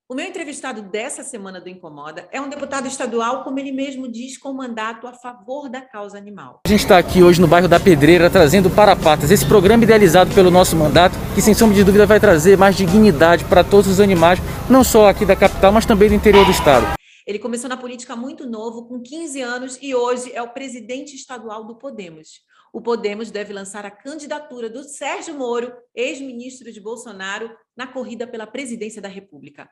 O meu entrevistado dessa semana do Incomoda é um deputado estadual, como ele mesmo diz, com mandato a favor da causa animal. A gente está aqui hoje no bairro da Pedreira trazendo Para Patas, esse programa idealizado pelo nosso mandato, que sem sombra de dúvida vai trazer mais dignidade para todos os animais, não só aqui da capital, mas também do interior do estado. Ele começou na política muito novo, com 15 anos, e hoje é o presidente estadual do Podemos. O Podemos deve lançar a candidatura do Sérgio Moro, ex-ministro de Bolsonaro, na corrida pela presidência da República.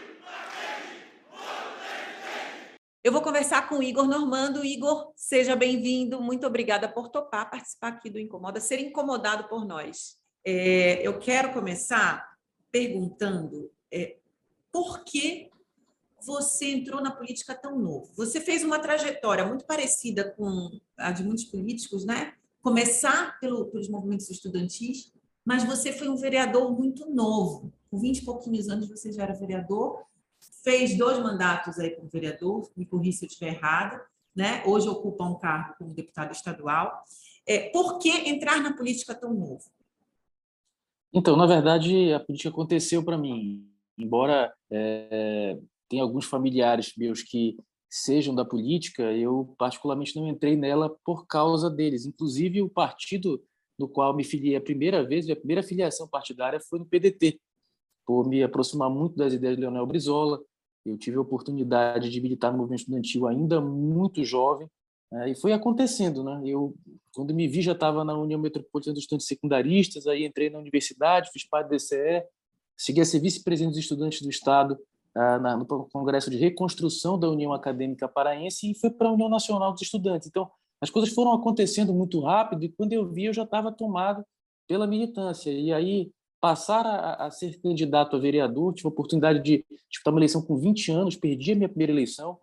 Eu vou conversar com o Igor Normando. Igor, seja bem-vindo. Muito obrigada por topar participar aqui do Incomoda, ser incomodado por nós. Eu quero começar perguntando por que você entrou na política tão novo. Você fez uma trajetória muito parecida com a de muitos políticos, né? Começar pelos movimentos estudantis, mas você foi um vereador muito novo. Com 20 e pouquinhos anos você já era vereador, fez 2 mandatos aí como vereador, me corrija se eu estiver errada, né? Hoje ocupa um cargo como deputado estadual. Por que entrar na política tão novo? Então, na verdade, a política aconteceu para mim. Embora tenha alguns familiares meus que sejam da política, eu particularmente não entrei nela por causa deles. Inclusive, o partido no qual me filiei a primeira vez, a primeira filiação partidária foi no PDT, por me aproximar muito das ideias de Leonel Brizola. Eu tive a oportunidade de militar no movimento estudantil ainda muito jovem, e foi acontecendo, né? Eu, quando me vi, já estava na União Metropolitana dos Estudantes Secundaristas, aí entrei na universidade, fiz parte do DCE, cheguei a ser vice-presidente dos estudantes do Estado no Congresso de Reconstrução da União Acadêmica Paraense e fui para a União Nacional dos Estudantes. Então, as coisas foram acontecendo muito rápido e quando eu vi, eu já estava tomado pela militância. E aí, passar a ser candidato a vereador, tive a oportunidade de disputar uma eleição com 20 anos, perdi a minha primeira eleição,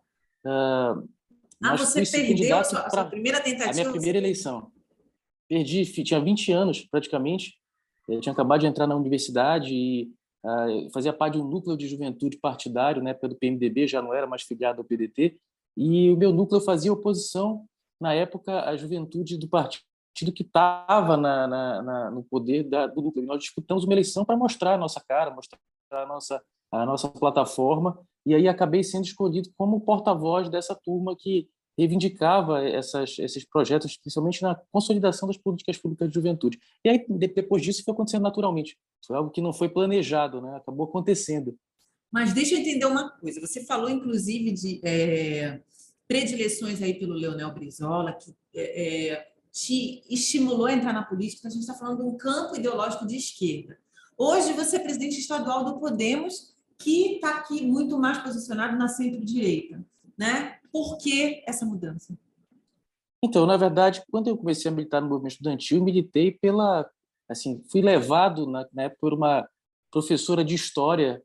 mas você fui perdeu candidato a sua primeira tentativa? a minha primeira eleição. Perdi, tinha 20 anos praticamente, eu tinha acabado de entrar na universidade e fazia parte de um núcleo de juventude partidário, na época do PMDB, já não era mais filiado ao PDT, e o meu núcleo fazia oposição, na época, à juventude do partido que estava no poder do núcleo. E nós disputamos uma eleição para mostrar a nossa cara, mostrar a nossa plataforma, e aí acabei sendo escolhido como porta-voz dessa turma que reivindicava esses projetos, principalmente na consolidação das políticas públicas de juventude. E aí, depois disso, foi acontecendo naturalmente. Foi algo que não foi planejado, né? Acabou acontecendo. Mas deixa eu entender uma coisa. Você falou, inclusive, de predileções aí pelo Leonel Brizola, que te estimulou a entrar na política. A gente está falando de um campo ideológico de esquerda. Hoje, você é presidente estadual do Podemos, que está aqui muito mais posicionado na centro-direita, né? Por que essa mudança? Então, na verdade, quando eu comecei a militar no movimento estudantil, eu militei fui levado na época por uma professora de história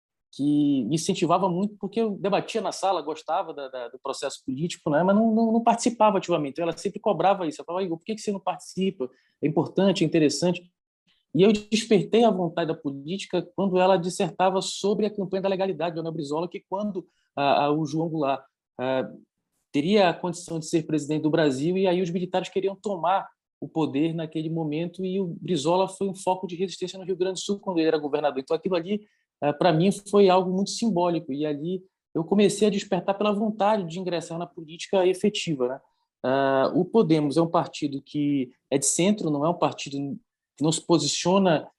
que me incentivava muito, porque eu debatia na sala, gostava do processo político, né? Mas não participava ativamente. Então, ela sempre cobrava isso. Ela falava, Igor, por que você não participa? É importante, é interessante. E eu despertei a vontade da política quando ela dissertava sobre a campanha da legalidade do Ana Brizola, que quando o João Goulart teria a condição de ser presidente do Brasil, e aí os militares queriam tomar o poder naquele momento, e o Brizola foi um foco de resistência no Rio Grande do Sul quando ele era governador. Então, aquilo ali, para mim, foi algo muito simbólico, e ali eu comecei a despertar pela vontade de ingressar na política efetiva, né? O Podemos é um partido que é de centro, não é um partido que não se posiciona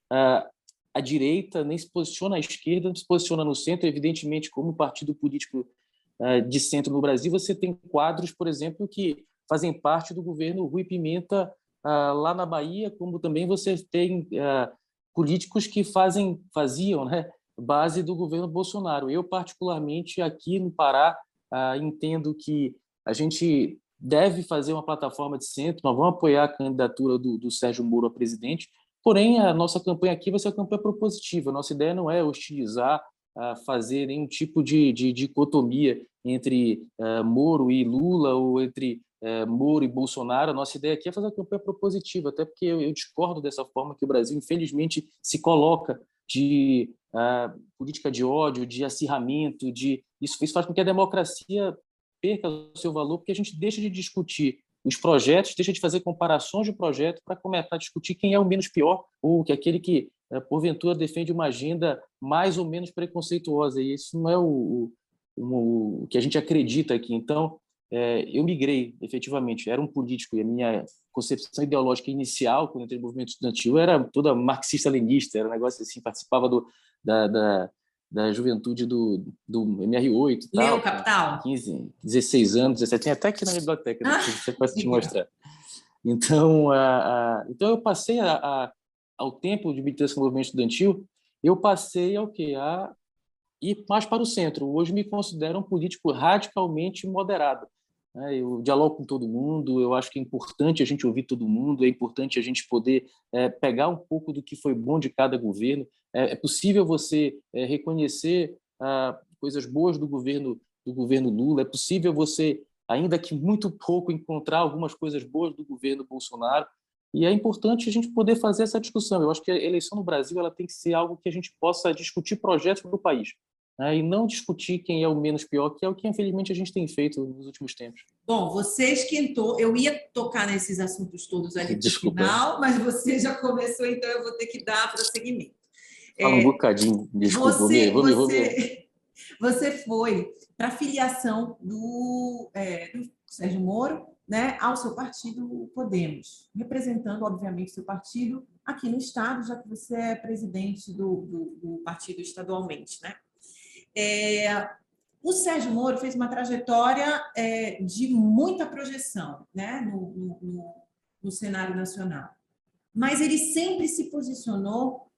à direita, nem se posiciona à esquerda, não se posiciona no centro. Evidentemente, como partido político de centro no Brasil, você tem quadros, por exemplo, que fazem parte do governo Rui Pimenta lá na Bahia, como também você tem políticos que faziam, né, base do governo Bolsonaro. Eu, particularmente, aqui no Pará, entendo que a gente deve fazer uma plataforma de centro, nós vamos apoiar a candidatura do Sérgio Moro a presidente, porém, a nossa campanha aqui vai ser uma campanha propositiva. A nossa ideia não é hostilizar, fazer nenhum tipo de dicotomia entre Moro e Lula ou entre Moro e Bolsonaro. A nossa ideia aqui é fazer uma campanha propositiva, até porque eu discordo dessa forma que o Brasil, infelizmente, se coloca de política de ódio, de acirramento, isso faz com que a democracia perca o seu valor, porque a gente deixa de discutir os projetos, deixa de fazer comparações de projeto para começar a discutir quem é o menos pior ou que aquele que porventura, defende uma agenda mais ou menos preconceituosa, e isso não é o que a gente acredita aqui. Então, eu migrei, efetivamente, era um político, e a minha concepção ideológica inicial, quando entrei no movimento estudantil, era toda marxista-leninista, era um negócio assim, participava da juventude do MR8 e Leu tal, Capital? 15, 16 anos, 17, tem até aqui na minha biblioteca, depois você pode te Obrigada. mostrar. Então, então eu passei ao tempo de militância no movimento estudantil, eu passei ao quê? A ir mais para o centro. Hoje me considero um político radicalmente moderado, né? Eu dialogo com todo mundo, eu acho que é importante a gente ouvir todo mundo, é importante a gente poder pegar um pouco do que foi bom de cada governo. É possível você reconhecer coisas boas do governo Lula, é possível você, ainda que muito pouco, encontrar algumas coisas boas do governo Bolsonaro, e é importante a gente poder fazer essa discussão. Eu acho que a eleição no Brasil ela tem que ser algo que a gente possa discutir projetos para o país, né? E não discutir quem é o menos pior, que é o que, infelizmente, a gente tem feito nos últimos tempos. Bom, você esquentou. Eu ia tocar nesses assuntos todos ali para o Desculpa, final, mas você já começou, então eu vou ter que dar prosseguimento. fala um bocadinho, desculpa, Você, vou me... você, você foi para a filiação do Sérgio Moro, né, ao seu partido Podemos, representando, obviamente, seu partido aqui no Estado, já que você é presidente do partido estadualmente, né? O Sérgio Moro fez uma trajetória de muita projeção, né, no cenário nacional, mas ele sempre se posicionou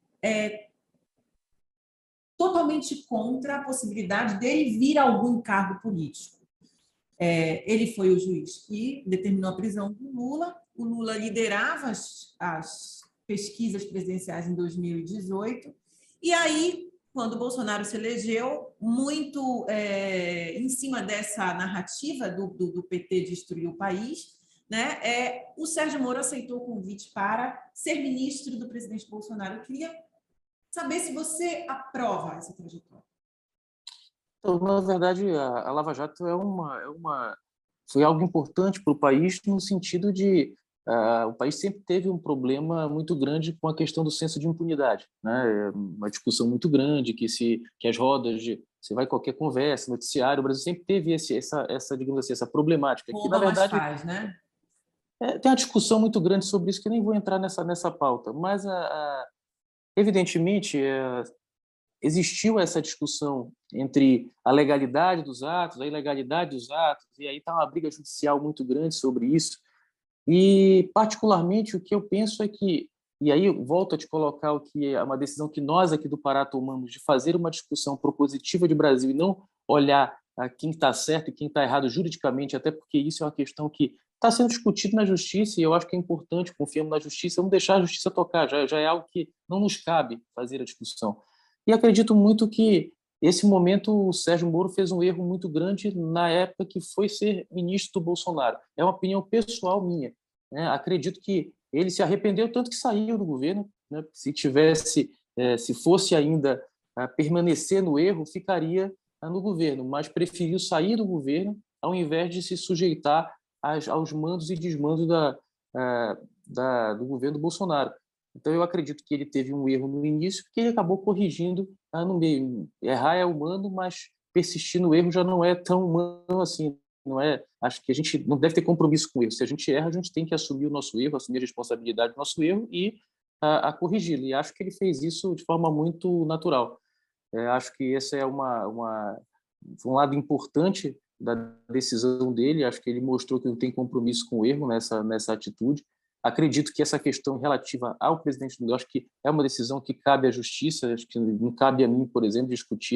totalmente contra a possibilidade dele vir a algum cargo político. Ele foi o juiz que determinou a prisão do Lula. O Lula liderava as pesquisas presidenciais em 2018. E aí, quando o Bolsonaro se elegeu, muito em cima dessa narrativa do PT destruir o país, né, o Sérgio Moro aceitou o convite para ser ministro do presidente Bolsonaro. Eu queria saber se você aprova essa trajetória. Então, na verdade, a Lava Jato foi algo importante para o país no sentido de o país sempre teve um problema muito grande com a questão do senso de impunidade, né? Uma discussão muito grande que as rodas de você vai em qualquer conversa, noticiário, o Brasil sempre teve essa digamos assim, essa problemática que na Rouba, mas verdade faz, né? tem uma discussão muito grande sobre isso que eu nem vou entrar nessa pauta, mas evidentemente existiu essa discussão entre a legalidade dos atos, a ilegalidade dos atos, e aí está uma briga judicial muito grande sobre isso. E, particularmente, o que eu penso é que, e aí eu volto a te colocar o que é uma decisão que nós aqui do Pará tomamos, de fazer uma discussão propositiva de Brasil e não olhar quem está certo e quem está errado juridicamente, até porque isso é uma questão que está sendo discutida na justiça e eu acho que é importante, confiamos na justiça, não deixar a justiça tocar, já é algo que não nos cabe fazer a discussão. E acredito muito que esse momento o Sérgio Moro fez um erro muito grande na época que foi ser ministro do Bolsonaro. É uma opinião pessoal minha, né? Acredito que ele se arrependeu tanto que saiu do governo, né? Se fosse ainda permanecer no erro, ficaria no governo, mas preferiu sair do governo ao invés de se sujeitar aos mandos e desmandos do governo do Bolsonaro. Então, eu acredito que ele teve um erro no início que ele acabou corrigindo no meio. Errar é humano, mas persistir no erro já não é tão humano assim. Não é? Acho que a gente não deve ter compromisso com o erro. Se a gente erra, a gente tem que assumir o nosso erro, assumir a responsabilidade do nosso erro e corrigi-lo. E acho que ele fez isso de forma muito natural. Acho que esse é um lado importante da decisão dele. Acho que ele mostrou que não tem compromisso com o erro nessa atitude. Acredito que essa questão relativa ao presidente Lula, acho que é uma decisão que cabe à justiça, acho que não cabe a mim, por exemplo, discutir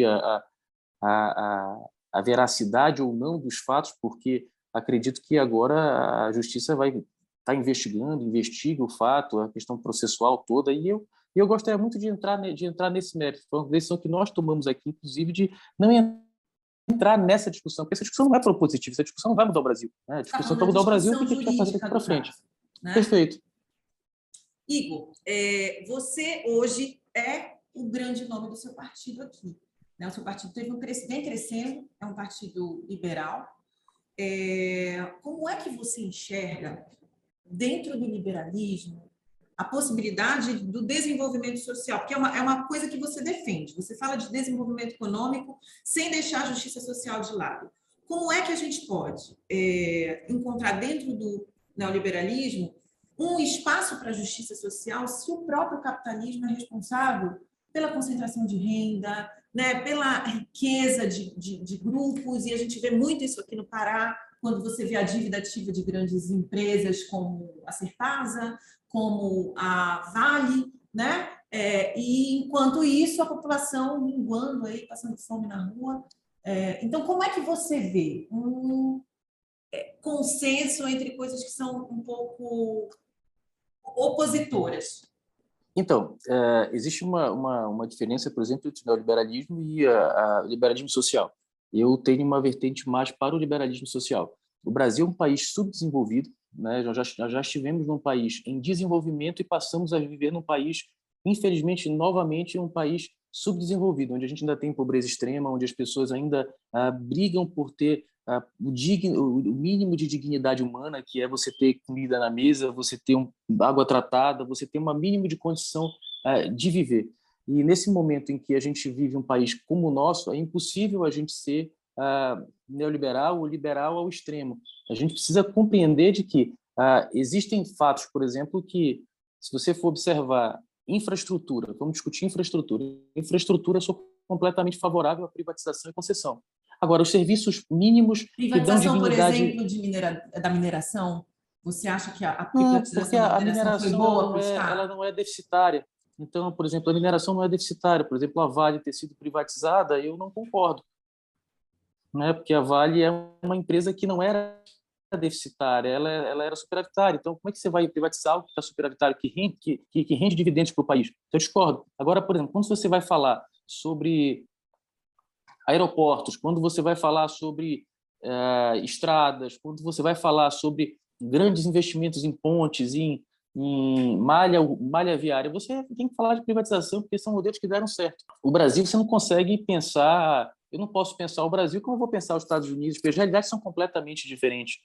a veracidade ou não dos fatos, porque acredito que agora a justiça vai estar investigando, investiga o fato, a questão processual toda, e eu gostaria muito de entrar nesse mérito. Foi uma decisão que nós tomamos aqui, inclusive, de não entrar nessa discussão, porque essa discussão não é propositiva, essa discussão não vai mudar o Brasil. Né? A discussão para mudar o Brasil, o que a gente vai fazer daqui para frente? Né? Perfeito. Igor, você hoje é o grande nome do seu partido aqui. Né? O seu partido vem crescendo, é um partido liberal. Como é que você enxerga, dentro do liberalismo, a possibilidade do desenvolvimento social, porque é uma coisa que você defende. Você fala de desenvolvimento econômico sem deixar a justiça social de lado. Como é que a gente pode encontrar dentro do neoliberalismo um espaço para a justiça social se o próprio capitalismo é responsável pela concentração de renda, né, pela riqueza de grupos, e a gente vê muito isso aqui no Pará, quando você vê a dívida ativa de grandes empresas como a Serpasa, como a Vale, né? E enquanto isso, a população minguando aí, passando fome na rua. Então, como é que você vê um consenso entre coisas que são um pouco opositoras? Então, existe uma diferença, por exemplo, entre o neoliberalismo e o liberalismo social. Eu tenho uma vertente mais para o liberalismo social. O Brasil é um país subdesenvolvido, né? Nós já estivemos num país em desenvolvimento e passamos a viver num país, infelizmente, novamente, um país subdesenvolvido, onde a gente ainda tem pobreza extrema, onde as pessoas ainda brigam por ter o mínimo de dignidade humana, que é você ter comida na mesa, você ter água tratada, você ter um mínimo de condição de viver. E nesse momento em que a gente vive um país como o nosso, é impossível a gente ser neoliberal ou liberal ao extremo. A gente precisa compreender de que existem fatos, por exemplo, que, se você for observar infraestrutura, vamos discutir infraestrutura. Infraestrutura, eu sou completamente favorável à privatização e concessão. Agora, os serviços mínimos que dão Privatização, por dignidade... exemplo, da mineração, você acha que a Não, porque privatização da a mineração foi mineração boa para o ela Estado? não é deficitária. Então, por exemplo, a mineração não é deficitária. Por exemplo, a Vale ter sido privatizada, eu não concordo, né? Porque a Vale é uma empresa que não era deficitária, ela era superavitária. Então, como é que você vai privatizar algo que está superavitário, que rende dividendos para o país? Eu discordo. Agora, por exemplo, quando você vai falar sobre aeroportos, quando você vai falar sobre estradas, quando você vai falar sobre grandes investimentos em pontes, em malha viária, você tem que falar de privatização, porque são modelos que deram certo. O Brasil, você não consegue pensar... Eu não posso pensar o Brasil como eu vou pensar os Estados Unidos, porque as realidades são completamente diferentes.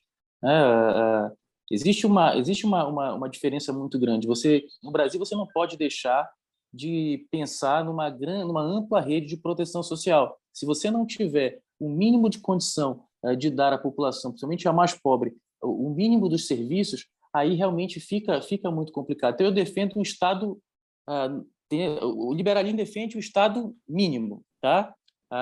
Existe uma diferença muito grande. No Brasil, você não pode deixar de pensar numa ampla rede de proteção social. Se você não tiver o mínimo de condição de dar à população, principalmente a mais pobre, o mínimo dos serviços, aí realmente fica muito complicado. Então, eu defendo um Estado... o liberalismo defende o Estado mínimo, tá?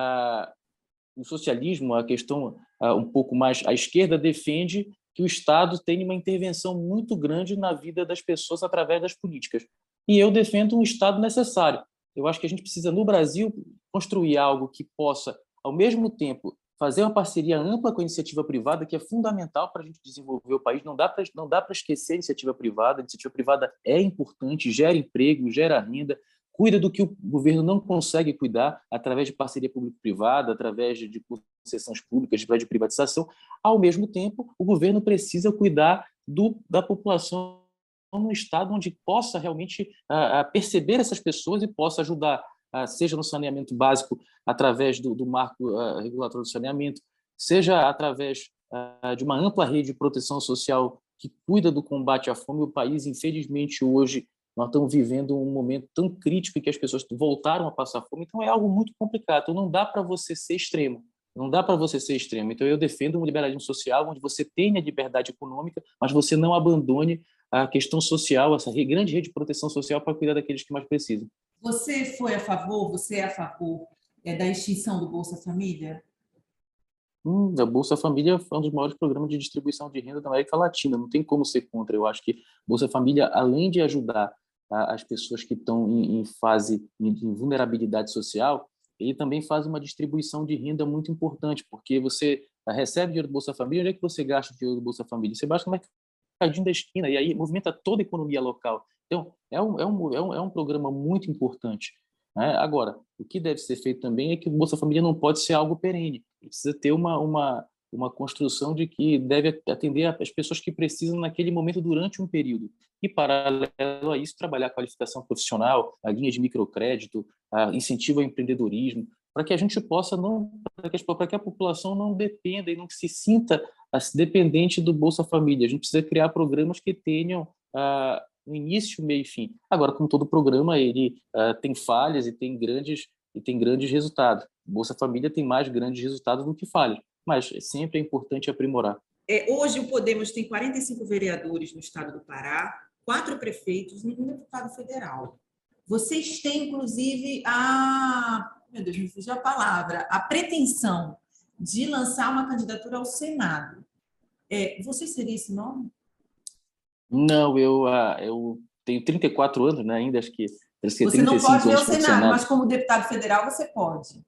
O socialismo, a questão um pouco mais à esquerda, defende que o Estado tenha uma intervenção muito grande na vida das pessoas através das políticas. E eu defendo um Estado necessário. Eu acho que a gente precisa, no Brasil, construir algo que possa, ao mesmo tempo, fazer uma parceria ampla com a iniciativa privada, que é fundamental para a gente desenvolver o país. Não dá para esquecer a iniciativa privada. A iniciativa privada é importante, gera emprego, gera renda, cuida do que o governo não consegue cuidar através de parceria público-privada, através de concessões públicas, através de privatização. Ao mesmo tempo, o governo precisa cuidar da população num estado onde possa realmente perceber essas pessoas e possa ajudar, seja no saneamento básico, através do marco regulatório do saneamento, seja através de uma ampla rede de proteção social que cuida do combate à fome. O país, infelizmente, hoje, nós estamos vivendo um momento tão crítico em que as pessoas voltaram a passar fome, então é algo muito complicado. Então não dá para você ser extremo. Não dá para você ser extremo. Então eu defendo um liberalismo social onde você tenha liberdade econômica, mas você não abandone a questão social, essa grande rede de proteção social para cuidar daqueles que mais precisam. Você é a favor da extinção do Bolsa Família? A Bolsa Família foi um dos maiores programas de distribuição de renda da América Latina. Não tem como ser contra. Eu acho que Bolsa Família, além de ajudar as pessoas que estão em fase de vulnerabilidade social, ele também faz uma distribuição de renda muito importante, porque você recebe dinheiro do Bolsa Família. Onde é que você gasta o dinheiro do Bolsa Família? Você gasta no mercadinho da esquina, e aí movimenta toda a economia local. Então, é um programa muito importante, né? Agora, o que deve ser feito também é que o Bolsa Família não pode ser algo perene. Precisa ter uma construção de que deve atender as pessoas que precisam naquele momento durante um período. E, paralelo a isso, trabalhar a qualificação profissional, a linha de microcrédito, a incentivo ao empreendedorismo, para que a gente possa para que a população não dependa e não se sinta dependente do Bolsa Família. A gente precisa criar programas que tenham no início, meio e fim. Agora, como todo programa, ele tem falhas e tem grandes resultados. Bolsa Família tem mais grandes resultados do que falhas, mas sempre é importante aprimorar. Hoje o Podemos tem 45 vereadores no estado do Pará, 4 prefeitos, nenhum deputado federal. Vocês têm, inclusive, meu Deus, me fugiu a palavra, a pretensão de lançar uma candidatura ao Senado. Você seria esse nome? Não, eu tenho 34 anos, né, ainda, acho que você não pode ver o Senado, Senado, mas como deputado federal você pode.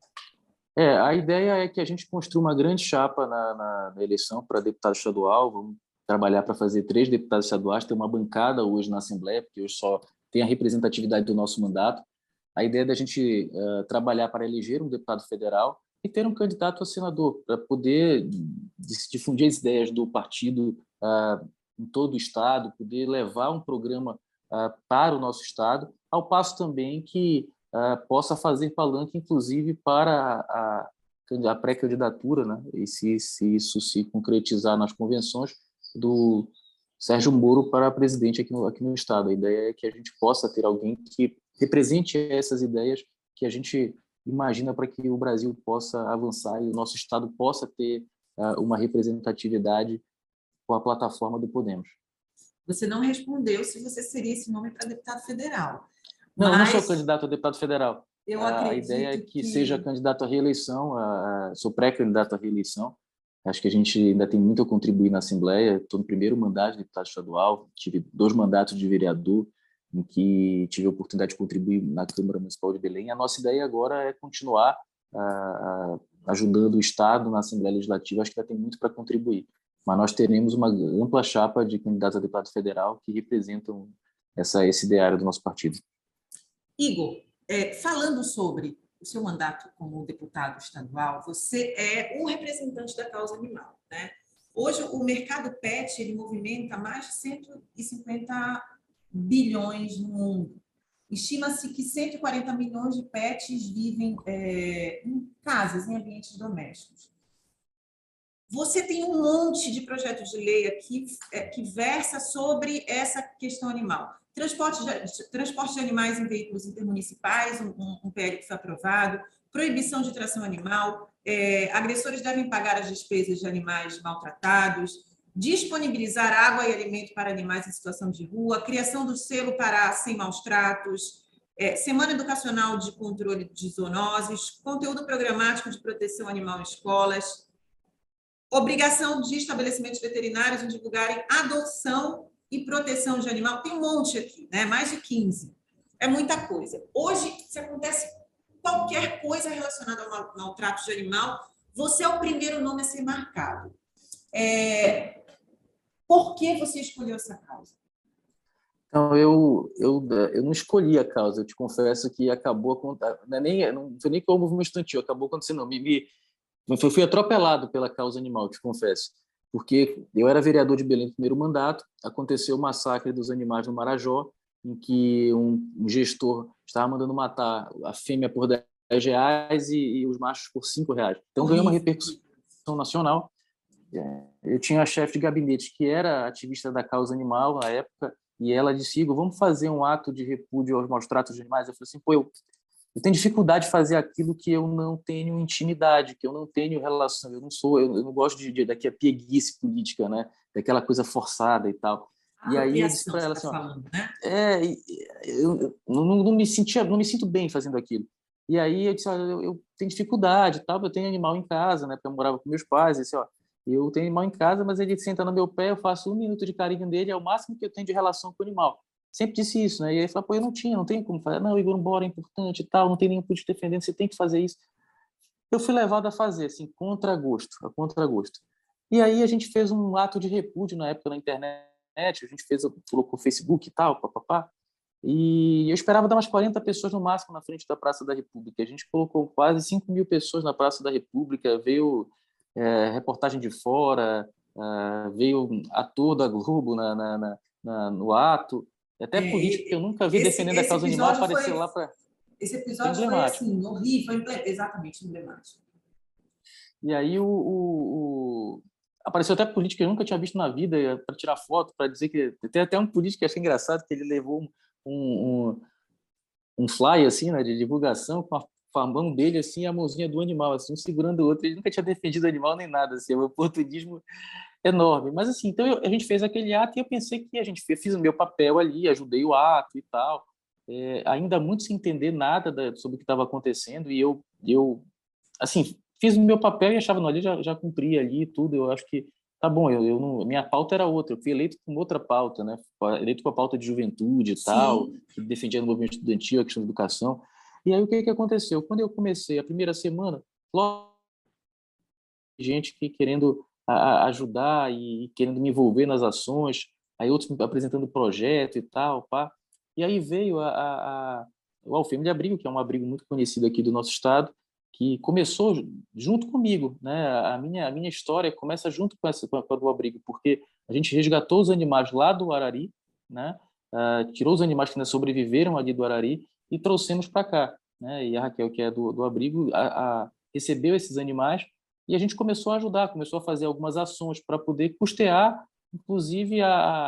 A ideia é que a gente construa uma grande chapa na eleição para deputado estadual. Vamos trabalhar para fazer 3 deputados estaduais, ter uma bancada hoje na Assembleia, porque hoje só tem a representatividade do nosso mandato. A ideia é da gente trabalhar para eleger um deputado federal e ter um candidato a senador, para poder difundir as ideias do partido em todo o estado, poder levar um programa para o nosso estado, ao passo também que possa fazer palanque, inclusive, para a pré-candidatura, né? E se isso se concretizar nas convenções, do Sérgio Moro para presidente aqui no estado. A ideia é que a gente possa ter alguém que represente essas ideias que a gente imagina para que o Brasil possa avançar e o nosso estado possa ter uma representatividade com a plataforma do Podemos. Você não respondeu se você seria esse nome para deputado federal. Não, eu não sou candidato a deputado federal. Eu acredito a ideia é que seja candidato à reeleição, sou pré-candidato à reeleição. Acho que a gente ainda tem muito a contribuir na Assembleia. Estou no primeiro mandato de deputado estadual, tive 2 mandatos de vereador, em que tive a oportunidade de contribuir na Câmara Municipal de Belém. A nossa ideia agora é continuar ajudando o Estado na Assembleia Legislativa. Acho que ainda tem muito para contribuir. Mas nós teremos uma ampla chapa de candidatos a deputado federal que representam esse ideário do nosso partido. Igor, falando sobre o seu mandato como deputado estadual, você é um representante da causa animal, né? Hoje, o mercado pet ele movimenta mais de 150 bilhões no mundo. Estima-se que 140 milhões de pets vivem em casas, em ambientes domésticos. Você tem um monte de projetos de lei aqui que versa sobre essa questão animal. Transporte de animais em veículos intermunicipais, um PL que foi aprovado, proibição de tração animal, agressores devem pagar as despesas de animais maltratados, disponibilizar água e alimento para animais em situação de rua, criação do selo Pará sem maus tratos, Semana Educacional de Controle de Zoonoses, conteúdo programático de proteção animal em escolas, obrigação de estabelecimentos veterinários em divulgarem adoção e proteção de animal. Tem um monte aqui, né? Mais de 15. É muita coisa. Hoje, se acontece qualquer coisa relacionada ao maltrato de animal, você é o primeiro nome a ser marcado. Por que você escolheu essa causa? Então, eu não escolhi a causa. Eu te confesso que acabou... Não foi nem que o movimento estudantil, acabou acontecendo. Fui atropelado pela causa animal, te confesso, porque eu era vereador de Belém no primeiro mandato, aconteceu o massacre dos animais no Marajó, em que um gestor estava mandando matar a fêmea por R$10 e os machos por R$5. Então, ganhou uma repercussão nacional. Eu tinha a chefe de gabinete que era ativista da causa animal na época, e ela disse: Igor, vamos fazer um ato de repúdio aos maus tratos de animais? Eu falei assim, eu tenho dificuldade de fazer aquilo que eu não tenho intimidade, que eu não tenho relação, eu não gosto daquela pieguice política, né? Daquela coisa forçada e tal. E aí eu disse para ela assim, eu não me sinto bem fazendo aquilo. E aí eu disse, eu tenho dificuldade e tal, eu tenho animal em casa, né? Porque eu morava com meus pais, e disse, eu tenho animal em casa, mas ele senta no meu pé, eu faço 1 minuto de carinho dele, é o máximo que eu tenho de relação com o animal. Sempre disse isso, né? E aí ele falou, eu não tenho como fazer. Não, Igor, embora é importante e tal, não tem nenhum político defendendo, você tem que fazer isso. Eu fui levado a fazer, assim, a contragosto. E aí a gente fez um ato de repúdio na época na internet, a gente colocou Facebook e tal, papapá, e eu esperava dar umas 40 pessoas no máximo na frente da Praça da República. A gente colocou quase 5.000 pessoas na Praça da República, veio reportagem de fora, veio ator da Globo no ato, até político que eu nunca vi defendendo a causa animal aparecer lá para... Esse episódio foi assim, horrível, exatamente emblemático. E aí apareceu até político que eu nunca tinha visto na vida para tirar foto, para dizer que... Tem até um político que achei engraçado, que ele levou um flyer assim, né, de divulgação com a mão dele assim, a mãozinha do animal, assim, um segurando o outro. Ele nunca tinha defendido animal nem nada, assim, é um oportunismo enorme. Mas assim, então a gente fez aquele ato e eu pensei que a gente fiz o meu papel ali, ajudei o ato e tal. Ainda muito sem entender nada sobre o que estava acontecendo, e eu assim, fiz o meu papel e achava, não, ali já cumpri ali tudo. Eu acho que tá bom, eu não, minha pauta era outra, eu fui eleito com outra pauta, né? Eleito com a pauta de juventude e tal, Sim. que defendia o movimento estudantil, a questão da educação. E aí o que aconteceu? Quando eu comecei a primeira semana, logo gente que querendo ajudar e querendo me envolver nas ações, aí outros me apresentando projeto e tal, pá. E aí veio o Alfema de Abrigo, que é um abrigo muito conhecido aqui do nosso estado, que começou junto comigo, né? A minha história começa junto com a do abrigo, porque a gente resgatou os animais lá do Arari, né? Tirou os animais que ainda sobreviveram ali do Arari e trouxemos para cá, né? E a Raquel, que é do abrigo, recebeu esses animais e a gente começou a ajudar, começou a fazer algumas ações para poder custear, inclusive,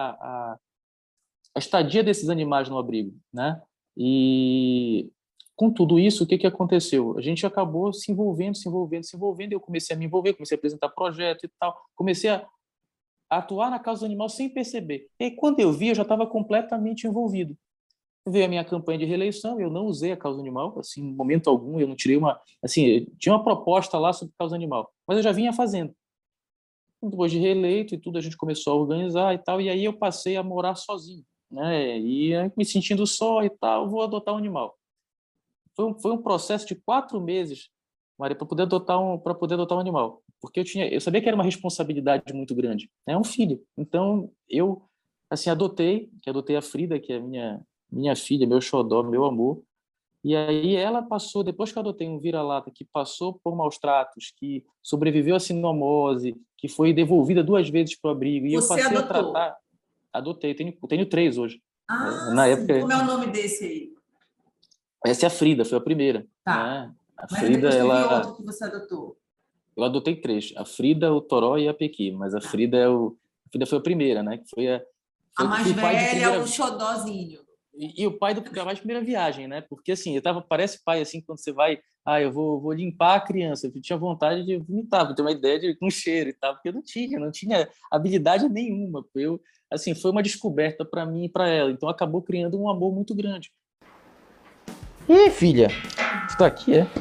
a estadia desses animais no abrigo, né? E com tudo isso, o que aconteceu? A gente acabou se envolvendo, se envolvendo, se envolvendo. Eu comecei a me envolver, comecei a apresentar projeto e tal, comecei a atuar na causa animal sem perceber. E aí, quando eu vi, eu já estava completamente envolvido. Veio a minha campanha de reeleição, eu não usei a causa animal, assim, em momento algum, eu não tirei uma... Assim, tinha uma proposta lá sobre causa animal, mas eu já vinha fazendo. Depois de reeleito e tudo, a gente começou a organizar e tal, e aí eu passei a morar sozinho, né? E aí, me sentindo só e tal, vou adotar um animal. Foi um processo de 4 meses, Maria, para poder adotar um animal, porque eu sabia que era uma responsabilidade muito grande, é um filho. Então eu assim adotei a Frida, que é minha filha, meu xodó, meu amor. E aí ela passou, depois que eu adotei um vira-lata que passou por maus tratos, que sobreviveu à sinomose, que foi devolvida 2 vezes para o abrigo, e eu Você passei a adotou? tratar, adotei, tenho 3 hoje. Ah, Na sim. época, Como é o nome desse aí? essa é a Frida, foi a primeira, Tá. né? A Mas Frida, depois teve outro que você adotou. eu adotei 3, a Frida, o Toró e a Pequi, mas a Tá. Frida a Frida foi a primeira, né? Que A mais fui pai de velha, o primeira. xodózinho. E o pai da mais primeira viagem, né? Porque assim, parece pai assim quando você vai, eu vou limpar a criança, eu tinha vontade de vomitar, para ter uma ideia de com cheiro e tal, porque eu não tinha habilidade nenhuma. Assim, foi uma descoberta para mim e para ela, então acabou criando um amor muito grande. Ih, filha, tu tá aqui, é?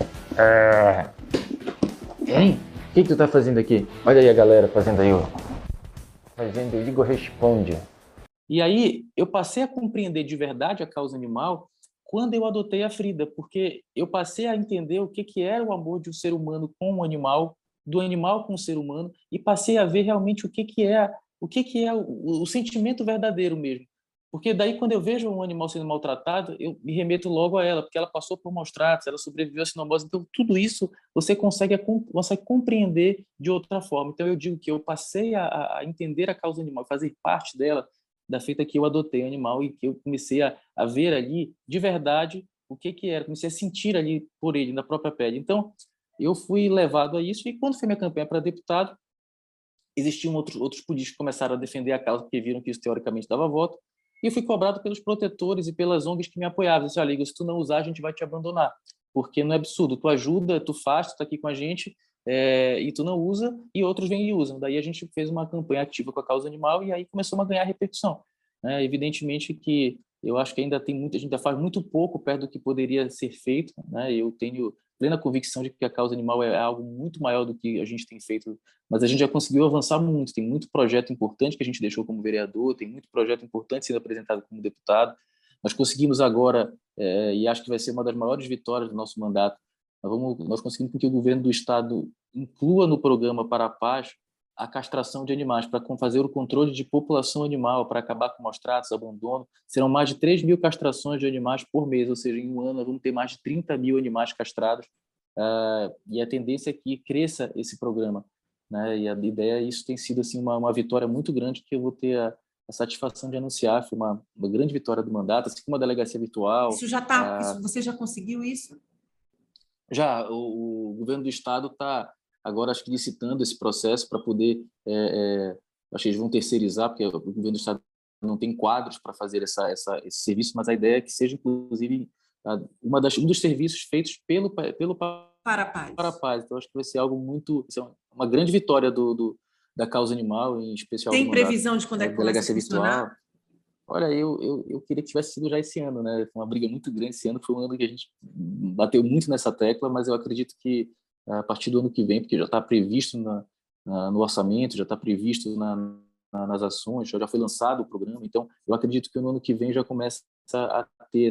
Hein? O que tu tá fazendo aqui? Olha aí a galera fazendo aí, ó. Fazendo o Igor Responde. E aí eu passei a compreender de verdade a causa animal quando eu adotei a Frida, porque eu passei a entender o que era o amor de um ser humano com um animal, do animal com o ser humano, e passei a ver realmente o que é o sentimento verdadeiro mesmo. Porque daí quando eu vejo um animal sendo maltratado, eu me remeto logo a ela, porque ela passou por maus tratos, ela sobreviveu à sinomose, então tudo isso você consegue compreender de outra forma. Então eu digo que eu passei a entender a causa animal, fazer parte dela da feita que eu adotei o animal e que eu comecei a ver ali de verdade o que era, comecei a sentir ali por ele, na própria pele. Então, eu fui levado a isso e quando foi minha campanha para deputado, existiam outros políticos que começaram a defender a causa porque viram que isso teoricamente dava voto e eu fui cobrado pelos protetores e pelas ONGs que me apoiavam. Disse, olha, Igor, se tu não usar, a gente vai te abandonar, porque não é absurdo, tu ajuda, tu faz, tu tá aqui com a gente, e tu não usa, e outros vêm e usam. Daí a gente fez uma campanha ativa com a causa animal e aí começou a ganhar repercussão. Evidentemente que eu acho que ainda tem muita gente, ainda faz muito pouco perto do que poderia ser feito, né? Eu tenho plena convicção de que a causa animal é algo muito maior do que a gente tem feito, mas a gente já conseguiu avançar muito, tem muito projeto importante que a gente deixou como vereador, tem muito projeto importante sendo apresentado como deputado. Nós conseguimos agora, e acho que vai ser uma das maiores vitórias do nosso mandato, nós conseguimos que o governo do estado inclua no programa para a paz a castração de animais, para fazer o controle de população animal, para acabar com maus tratos, abandono. Serão mais de 3 mil castrações de animais por mês, ou seja, em um ano vamos ter mais de 30 mil animais castrados, e a tendência é que cresça esse programa, né? E a ideia, isso tem sido assim, uma vitória muito grande que eu vou ter a satisfação de anunciar. Foi uma grande vitória do mandato, assim como a delegacia virtual. Você já conseguiu isso? Já o governo do estado está agora acho que licitando esse processo para poder, acho que eles vão terceirizar, porque o governo do estado não tem quadros para fazer esse serviço, mas a ideia é que seja, inclusive, um dos serviços feitos pelo Para a Paz. Para a Paz. Então, acho que vai ser algo muito... uma grande vitória da causa animal, em especial Tem do mandato previsão de quando é da que começa a delegacia funcionar? virtual. Olha, eu queria que tivesse sido já esse ano, né? Foi uma briga muito grande esse ano, foi um ano que a gente bateu muito nessa tecla, mas eu acredito que a partir do ano que vem, porque já está previsto no orçamento, já está previsto nas ações, já foi lançado o programa, então eu acredito que no ano que vem já começa a ter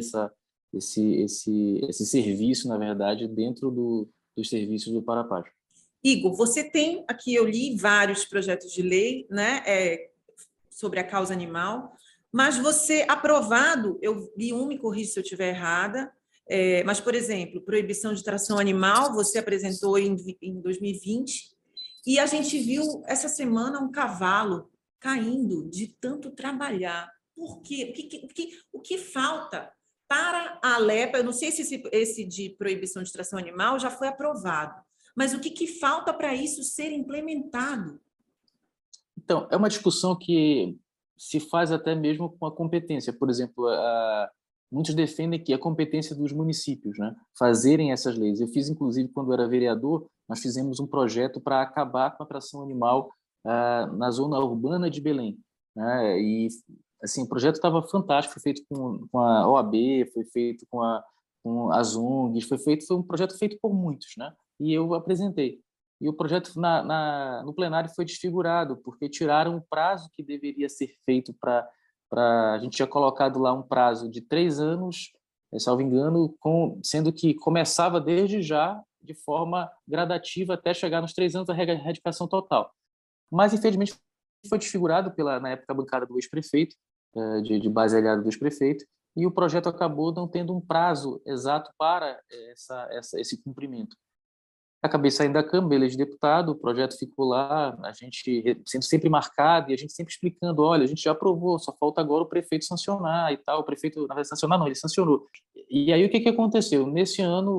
esse serviço, na verdade, dentro dos serviços do Para a Paz. Igor, você tem, aqui eu li vários projetos de lei, né, sobre a causa animal, mas você, aprovado, eu li me corrija se eu estiver errada, mas, por exemplo, proibição de tração animal, você apresentou em 2020, e a gente viu essa semana um cavalo caindo de tanto trabalhar. Por quê? O que falta para a Alepa? Eu não sei se esse de proibição de tração animal já foi aprovado, mas o que falta para isso ser implementado? Então, é uma discussão que se faz até mesmo com a competência. Por exemplo, muitos defendem que é competência dos municípios, né, fazerem essas leis. Eu fiz, inclusive, quando era vereador, nós fizemos um projeto para acabar com a tração animal na zona urbana de Belém, né, e assim, o projeto estava fantástico, foi feito com a OAB, foi feito com as ONGs, foi um projeto feito por muitos, né, e eu apresentei. E o projeto no plenário foi desfigurado, porque tiraram o prazo que deveria ser feito a gente tinha colocado lá um prazo de 3 anos, salvo engano, sendo que começava desde já, de forma gradativa, até chegar nos 3 anos da erradicação total. Mas, infelizmente, foi desfigurado na época, a bancada do ex-prefeito, de base aliada do ex-prefeito, e o projeto acabou não tendo um prazo exato para esse cumprimento. Acabei saindo da Câmara, eleito deputado, o projeto ficou lá, a gente sendo sempre marcado e a gente sempre explicando, olha, a gente já aprovou, só falta agora o prefeito sancionar e tal. O prefeito, na verdade, sancionar não, ele sancionou. E aí o que aconteceu? Nesse ano,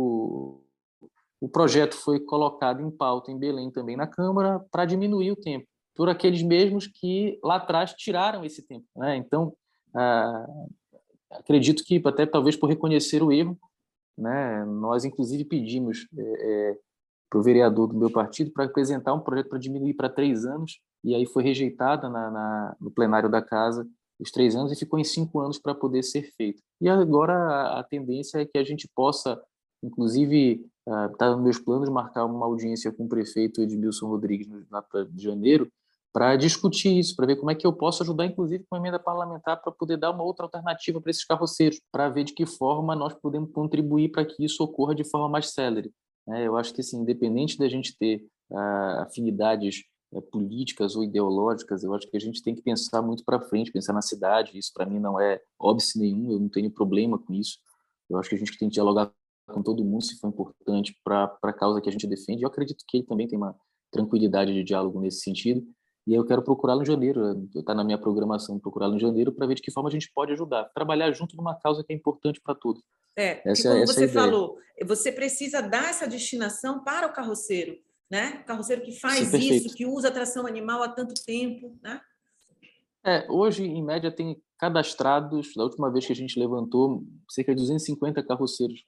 o projeto foi colocado em pauta em Belém também na Câmara para diminuir o tempo, por aqueles mesmos que lá atrás tiraram esse tempo, né? Então, acredito que até talvez por reconhecer o erro, né, nós inclusive pedimos para o vereador do meu partido para apresentar um projeto para diminuir para 3 anos, e aí foi rejeitada no plenário da Casa os 3 anos e ficou em 5 anos para poder ser feito. E agora a tendência é que a gente possa, inclusive, está nos meus planos, marcar uma audiência com o prefeito Edmilson Rodrigues na de janeiro, para discutir isso, para ver como é que eu posso ajudar, inclusive, com a emenda parlamentar, para poder dar uma outra alternativa para esses carroceiros, para ver de que forma nós podemos contribuir para que isso ocorra de forma mais célere. Eu acho que, assim, independente da gente ter afinidades políticas ou ideológicas, eu acho que a gente tem que pensar muito para frente, pensar na cidade. Isso, para mim, não é óbice nenhum, eu não tenho problema com isso. Eu acho que a gente tem que dialogar com todo mundo, se for importante, para a causa que a gente defende. Eu acredito que ele também tem uma tranquilidade de diálogo nesse sentido. E eu quero procurá-lo em janeiro, está na minha programação procurá-lo em janeiro para ver de que forma a gente pode ajudar, trabalhar junto numa causa que é importante para todos. Porque como você falou, você precisa dar essa destinação para o carroceiro, né? O carroceiro que faz Sim, isso, que usa a tração animal há tanto tempo, né? Hoje, em média, tem cadastrados, da última vez que a gente levantou, cerca de 250 carroceiros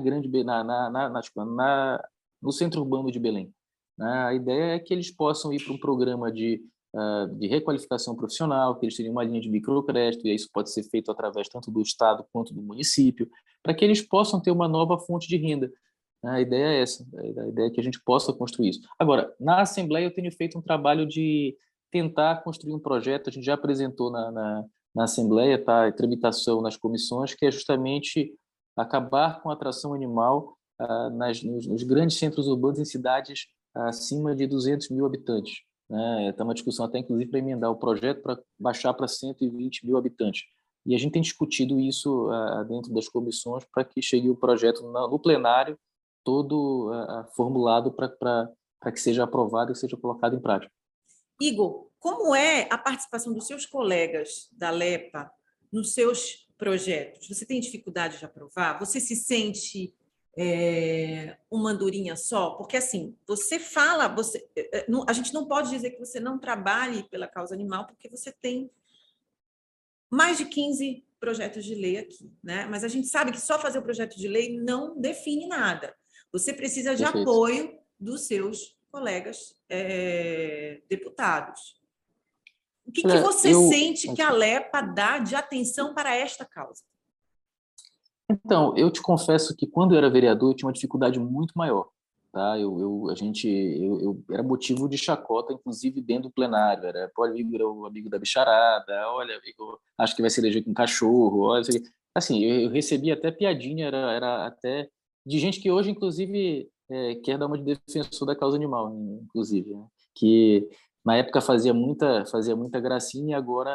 no centro urbano de Belém. A ideia é que eles possam ir para um programa de requalificação profissional, que eles tenham uma linha de microcrédito, e isso pode ser feito através tanto do Estado quanto do município, para que eles possam ter uma nova fonte de renda. A ideia é essa, a ideia é que a gente possa construir isso. Agora, na Assembleia eu tenho feito um trabalho de tentar construir um projeto, a gente já apresentou na Assembleia, está em tramitação nas comissões, que é justamente acabar com a atração animal nos grandes centros urbanos em cidades acima de 200 mil habitantes. Está uma discussão até, inclusive, para emendar o projeto para baixar para 120 mil habitantes. E a gente tem discutido isso dentro das comissões para que chegue o projeto no plenário todo formulado para que seja aprovado e seja colocado em prática. Igor, como é a participação dos seus colegas da LEPA nos seus projetos? Você tem dificuldade de aprovar? Você se sente uma andorinha só? Porque, assim, você fala, a gente não pode dizer que você não trabalhe pela causa animal, porque você tem mais de 15 projetos de lei aqui, né? Mas a gente sabe que só fazer o projeto de lei não define nada. Você precisa de Perfeito. apoio dos seus colegas deputados. O que Olha, você sente que a LEPA dá de atenção para esta causa? Então, eu te confesso que quando eu era vereador eu tinha uma dificuldade muito maior, tá? Eu era motivo de chacota, inclusive dentro do plenário. Era, pô, Igor é o amigo da bicharada. Olha, Igor, acho que vai se eleger com um cachorro. Olha, assim, eu recebia até piadinha, era até de gente que hoje, inclusive, quer dar uma de defensor da causa animal, inclusive, né? Que na época fazia muita gracinha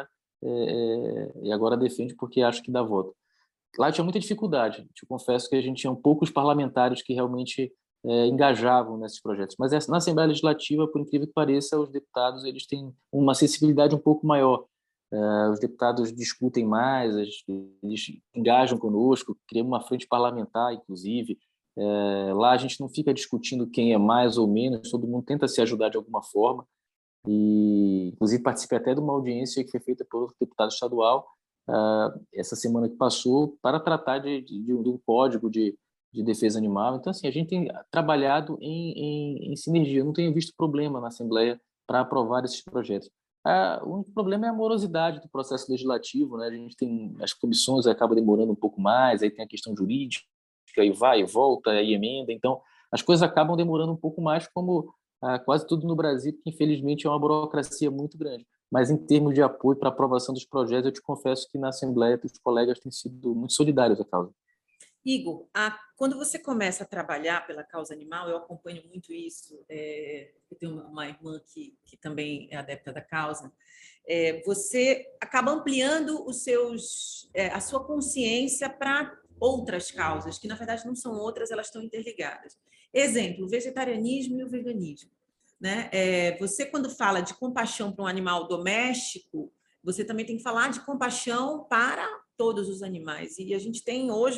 e agora defende porque acha que dá voto. Lá tinha muita dificuldade. Te confesso que a gente tinha poucos parlamentares que realmente engajavam nesses projetos. Mas na Assembleia Legislativa, por incrível que pareça, os deputados eles têm uma sensibilidade um pouco maior. Os deputados discutem mais, eles engajam conosco, criam uma frente parlamentar, inclusive. Lá a gente não fica discutindo quem é mais ou menos, todo mundo tenta se ajudar de alguma forma. E, inclusive, participei até de uma audiência que foi feita por outro deputado estadual essa semana que passou para tratar de um código de defesa animal. Então, assim, a gente tem trabalhado em sinergia. Eu não tenho visto problema na Assembleia para aprovar esses projetos. O único problema é a morosidade do processo legislativo, né? A gente tem as comissões, acaba demorando um pouco mais, aí tem a questão jurídica, aí vai e volta, aí emenda. Então, as coisas acabam demorando um pouco mais, como quase tudo no Brasil, que infelizmente é uma burocracia muito grande. Mas em termos de apoio para a aprovação dos projetos, eu te confesso que na Assembleia os colegas têm sido muito solidários à causa. Igor, quando você começa a trabalhar pela causa animal, eu acompanho muito isso, eu tenho uma irmã que também é adepta da causa, você acaba ampliando a sua consciência para outras causas, que na verdade não são outras, elas estão interligadas. Exemplo, o vegetarianismo e o veganismo. Né? Você, quando fala de compaixão para um animal doméstico, você também tem que falar de compaixão para todos os animais. E a gente tem hoje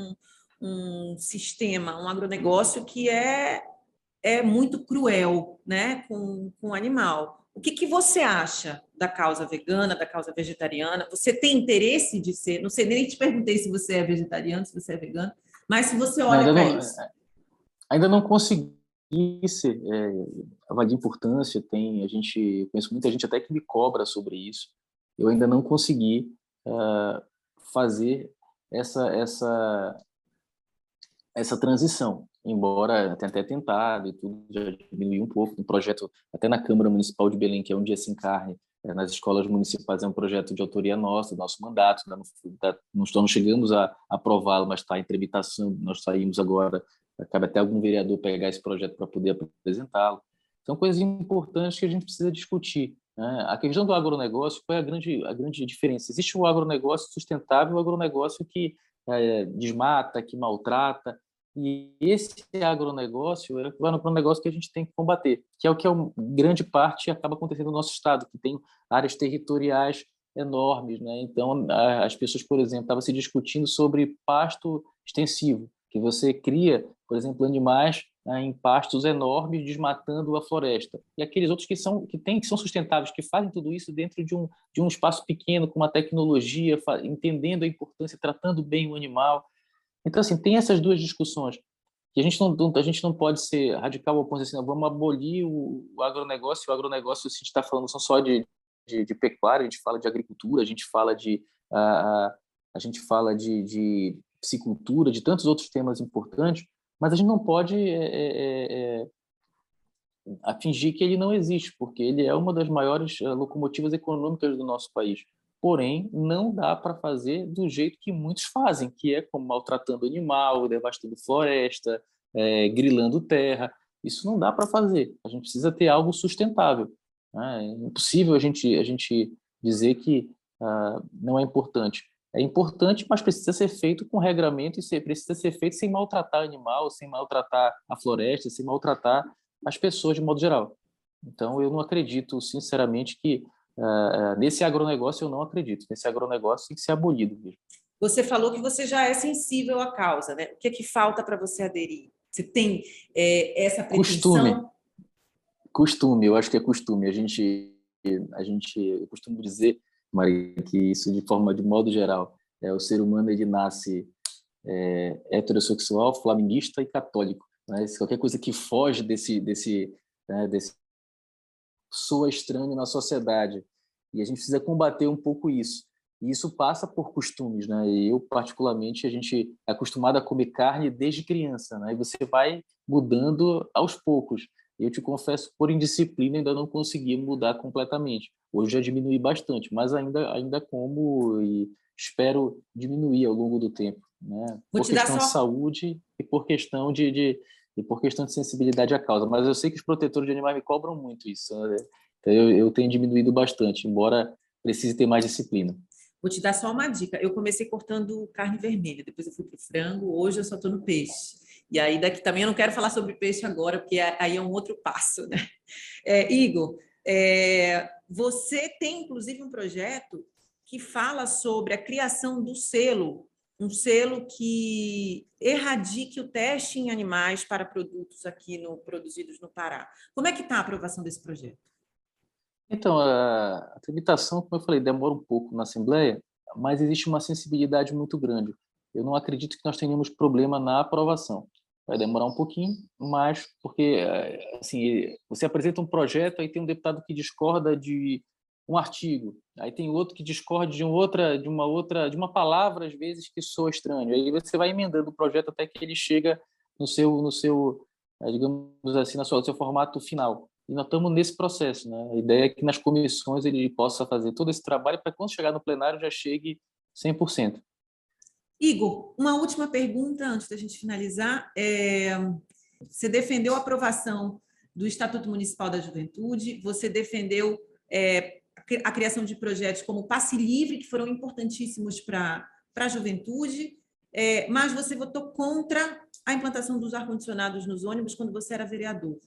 um sistema, um agronegócio que é muito cruel, né, com o animal. O que você acha da causa vegana, da causa vegetariana? Você tem interesse de ser? Não sei, nem te perguntei se você é vegetariano, se você é vegano, mas se você Não, olha para isso. ainda não consegui avaliar a importância. Conheço muita gente até que me cobra sobre isso. Eu ainda não consegui fazer essa transição, embora tenha até tentado e tudo, já diminuiu um pouco. Um projeto até na Câmara Municipal de Belém, que é Um Dia Sem Carne, nas escolas municipais, é um projeto de autoria nossa, do nosso mandato. Não chegamos a aprová-lo, mas está em tramitação. Nós saímos agora, cabe até algum vereador pegar esse projeto para poder apresentá-lo. São coisas importantes que a gente precisa discutir, né? A questão do agronegócio, qual é a grande diferença? Existe o agronegócio sustentável, o agronegócio que desmata, que maltrata. E esse agronegócio é o agronegócio que a gente tem que combater, que é grande parte acaba acontecendo no nosso estado, que tem áreas territoriais enormes, né? Então, as pessoas, por exemplo, estavam se discutindo sobre pasto extensivo, que você cria, por exemplo, animais em pastos enormes, desmatando a floresta. E aqueles outros que são sustentáveis, que fazem tudo isso dentro de um espaço pequeno, com uma tecnologia, entendendo a importância, tratando bem o animal. Então, assim, tem essas duas discussões. E a gente não pode ser radical ou assim, vamos abolir o agronegócio. O agronegócio, se a gente está falando não só de pecuária, a gente fala de agricultura, a gente fala de piscicultura, de tantos outros temas importantes, mas a gente não pode fingir que ele não existe, porque ele é uma das maiores locomotivas econômicas do nosso país. Porém, não dá para fazer do jeito que muitos fazem, que é como maltratando animal, devastando floresta, grilando terra. Isso não dá para fazer. A gente precisa ter algo sustentável, né? É impossível a gente dizer que não é importante. É importante, mas precisa ser feito com regramento e precisa ser feito sem maltratar animal, sem maltratar a floresta, sem maltratar as pessoas de modo geral. Então, eu não acredito, sinceramente, que nesse agronegócio eu não acredito. Nesse agronegócio tem que ser abolido mesmo. Você falou que você já é sensível à causa, né? O que é que falta para você aderir? Você tem essa Costume, pretensão? costume, eu acho que é costume. Eu costumo dizer, Maria, que isso de modo geral, o ser humano ele nasce heterossexual, flamenguista e católico, né? Se qualquer coisa que foge desse soa estranho na sociedade. E a gente precisa combater um pouco isso. E isso passa por costumes, né? E eu, particularmente, a gente é acostumado a comer carne desde criança, né? E você vai mudando aos poucos. Eu te confesso, por indisciplina, ainda não consegui mudar completamente. Hoje já diminui bastante, mas ainda como e espero diminuir ao longo do tempo, né? Vou Por te dar questão de só saúde e por questão de sensibilidade à causa. Mas eu sei que os protetores de animais me cobram muito isso, né? Então eu tenho diminuído bastante, embora precise ter mais disciplina. Vou te dar só uma dica. Eu comecei cortando carne vermelha, depois eu fui para o frango, hoje eu só estou no peixe. E aí daqui também eu não quero falar sobre peixe agora, porque aí é um outro passo, né? Igor, você tem inclusive um projeto que fala sobre a criação do selo, um selo que erradique o teste em animais para produtos aqui produzidos no Pará. Como é que está a aprovação desse projeto? Então, a tramitação, como eu falei, demora um pouco na Assembleia, mas existe uma sensibilidade muito grande. Eu não acredito que nós tenhamos problema na aprovação. Vai demorar um pouquinho, mas porque assim, você apresenta um projeto, aí tem um deputado que discorda de um artigo, aí tem outro que discorda de uma palavra às vezes que soa estranho. Aí você vai emendando o projeto até que ele chega no seu, digamos assim, no seu formato final. E nós estamos nesse processo, né? A ideia é que nas comissões ele possa fazer todo esse trabalho para quando chegar no plenário já chegue 100%. Igor, uma última pergunta antes da gente finalizar. Você defendeu a aprovação do Estatuto Municipal da Juventude, você defendeu a criação de projetos como o Passe Livre, que foram importantíssimos para a juventude, mas você votou contra a implantação dos ar-condicionados nos ônibus quando você era vereador.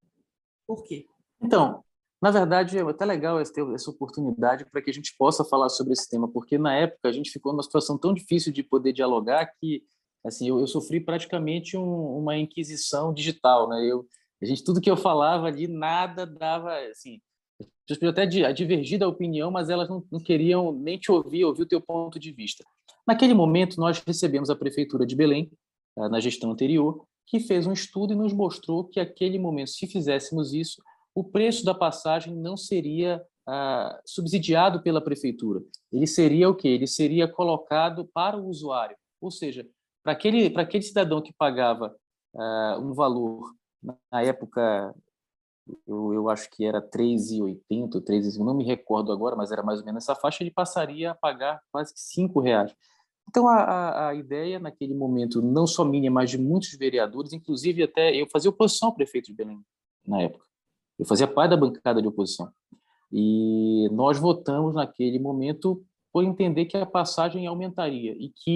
Por quê? Então, na verdade, é até legal ter essa oportunidade para que a gente possa falar sobre esse tema, porque na época a gente ficou numa situação tão difícil de poder dialogar que assim, eu sofri praticamente uma inquisição digital, né? Tudo que eu falava ali, nada dava, assim, as pessoas podiam até divergir da opinião, mas elas não queriam nem te ouvir o teu ponto de vista. Naquele momento, nós recebemos a Prefeitura de Belém, na gestão anterior, que fez um estudo e nos mostrou que, naquele momento, se fizéssemos isso, o preço da passagem não seria subsidiado pela Prefeitura. Ele seria o quê? Ele seria colocado para o usuário. Ou seja, para aquele cidadão que pagava um valor, na época, eu acho que era R$ 3,80, não me recordo agora, mas era mais ou menos essa faixa, ele passaria a pagar quase que R$ 5. Então, a ideia, naquele momento, não só minha, mas de muitos vereadores, inclusive até eu fazia oposição ao prefeito de Belém, na época. Eu fazia parte da bancada de oposição. E nós votamos, naquele momento, por entender que a passagem aumentaria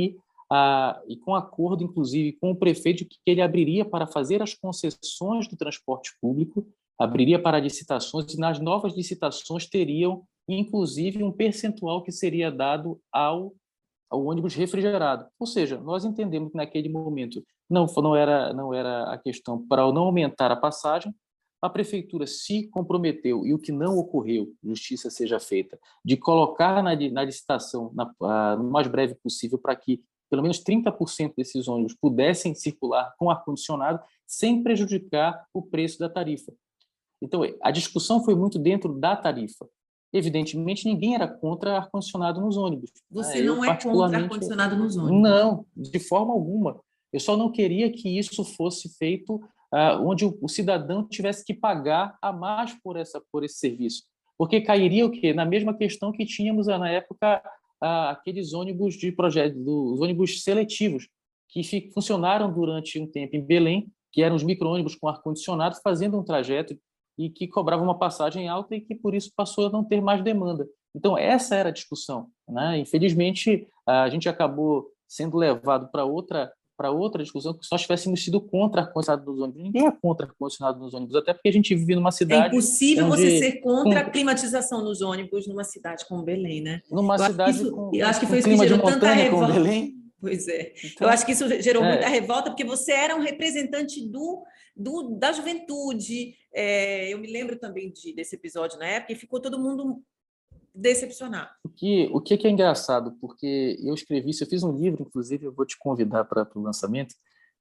e com acordo, inclusive, com o prefeito, que ele abriria para fazer as concessões do transporte público, abriria para licitações, e nas novas licitações teriam, inclusive, um percentual que seria dado ao ônibus refrigerado. Ou seja, nós entendemos que naquele momento não era a questão para não aumentar a passagem, a prefeitura se comprometeu, e o que não ocorreu, justiça seja feita, de colocar na licitação no mais breve possível para que pelo menos 30% desses ônibus pudessem circular com ar-condicionado sem prejudicar o preço da tarifa. Então, a discussão foi muito dentro da tarifa. Evidentemente, ninguém era contra ar-condicionado nos ônibus. Você Eu, não é contra particularmente, ar-condicionado nos ônibus? não, de forma alguma. Eu só não queria que isso fosse feito onde o cidadão tivesse que pagar a mais por esse serviço. Porque cairia o quê? Na mesma questão que tínhamos, na época, aqueles ônibus de projeto, os ônibus seletivos, que funcionaram durante um tempo em Belém, que eram os micro-ônibus com ar-condicionado, fazendo um trajeto e que cobrava uma passagem alta e que, por isso, passou a não ter mais demanda. Então, essa era a discussão, né? Infelizmente, a gente acabou sendo levado para outra para outra discussão que se nós tivéssemos sido contra ar-condicionado nos ônibus. Ninguém é contra ar-condicionado nos ônibus, até porque a gente vive numa É cidade impossível você onde... ser contra a climatização nos ônibus numa cidade como Belém, né? Numa cidade Eu acho que com foi isso que clima de gerou tanta montanha como revolta. Belém. Pois é. Eu Então, acho que isso gerou muita é, revolta, porque você era um representante da juventude. Eu me lembro também desse episódio na época, e ficou todo mundo decepcionado. o que é engraçado, porque eu escrevi isso, eu fiz um livro, inclusive, eu vou te convidar para o lançamento,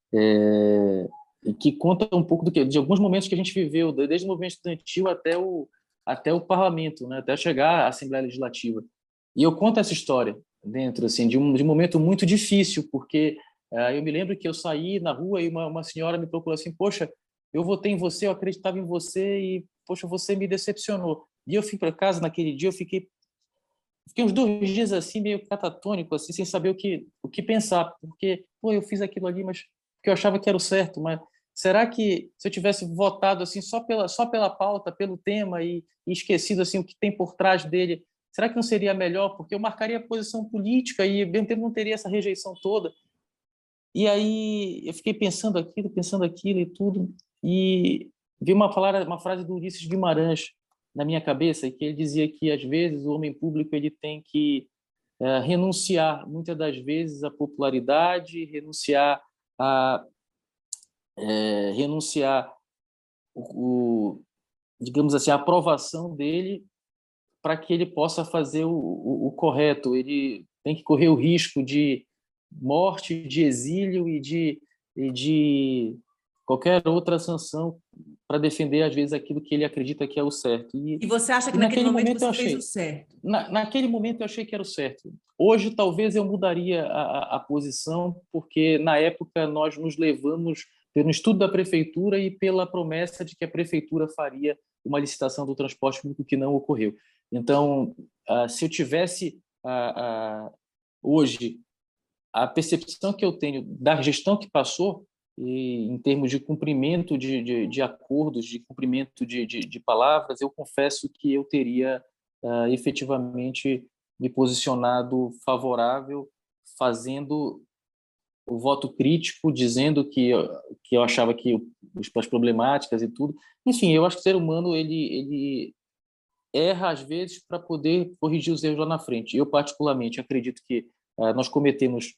e que conta um pouco de alguns momentos que a gente viveu, desde o movimento estudantil até o parlamento, né, até chegar à Assembleia Legislativa. E eu conto essa história dentro assim, de um momento muito difícil, porque eu me lembro que eu saí na rua e uma senhora me procurou assim, poxa, eu votei em você, eu acreditava em você e, poxa, você me decepcionou. E eu fui para casa naquele dia, eu fiquei uns 2 dias assim, meio catatônico, assim, sem saber o que pensar, porque, pô, eu fiz aquilo ali, mas porque eu achava que era o certo, mas será que se eu tivesse votado assim só pela pauta, pelo tema e esquecido assim o que tem por trás dele, será que não seria melhor? Porque eu marcaria a posição política e, ao mesmo tempo, não teria essa rejeição toda. E aí eu fiquei pensando aquilo e tudo, e vi uma frase do Ulisses Guimarães na minha cabeça, que ele dizia que, às vezes, o homem público ele tem que renunciar, muitas das vezes, à popularidade, a renunciar digamos assim, a aprovação dele para que ele possa fazer o correto. Ele tem que correr o risco de morte, de exílio e de qualquer outra sanção para defender, às vezes, aquilo que ele acredita que é o certo. E você acha que E naquele naquele momento momento eu você fez o achei, certo? naquele momento eu achei que era o certo. Hoje, talvez eu mudaria a posição, porque na época nós nos levamos pelo estudo da prefeitura e pela promessa de que a prefeitura faria uma licitação do transporte público que não ocorreu. Então, se eu tivesse hoje a percepção que eu tenho da gestão que passou, e em termos de cumprimento de acordos, de cumprimento de palavras, eu confesso que eu teria efetivamente me posicionado favorável, fazendo o voto crítico, dizendo que eu achava que as problemáticas e tudo. Enfim, eu acho que o ser humano ele erra às vezes para poder corrigir os erros lá na frente. Eu particularmente acredito que nós cometemos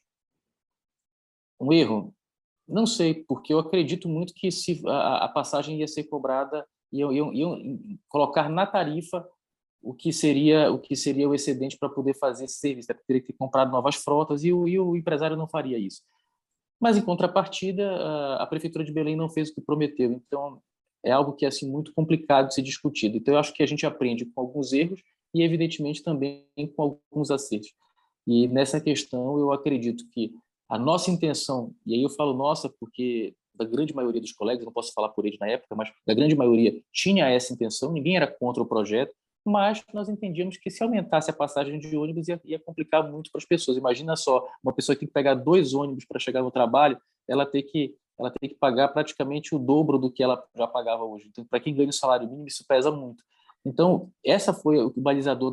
um erro. Não sei, porque eu acredito muito que se a passagem ia ser cobrada e iam colocar na tarifa o que seria o excedente para poder fazer esse serviço. Teria que ter comprado novas frotas e o empresário não faria isso. Mas, em contrapartida, a Prefeitura de Belém não fez o que prometeu. Então, é algo que é assim, muito complicado de ser discutido. Então, eu acho que a gente aprende com alguns erros e, evidentemente, também com alguns acertos. E, nessa questão, eu acredito que a nossa intenção, e aí eu falo nossa porque da grande maioria dos colegas, não posso falar por eles na época, mas da grande maioria tinha essa intenção, ninguém era contra o projeto, mas nós entendíamos que se aumentasse a passagem de ônibus ia complicar muito para as pessoas. Imagina só, uma pessoa que tem que pegar 2 ônibus para chegar no trabalho, ela tem que pagar praticamente o dobro do que ela já pagava hoje. Então, para quem ganha o salário mínimo, isso pesa muito. Então, essa foi o balizador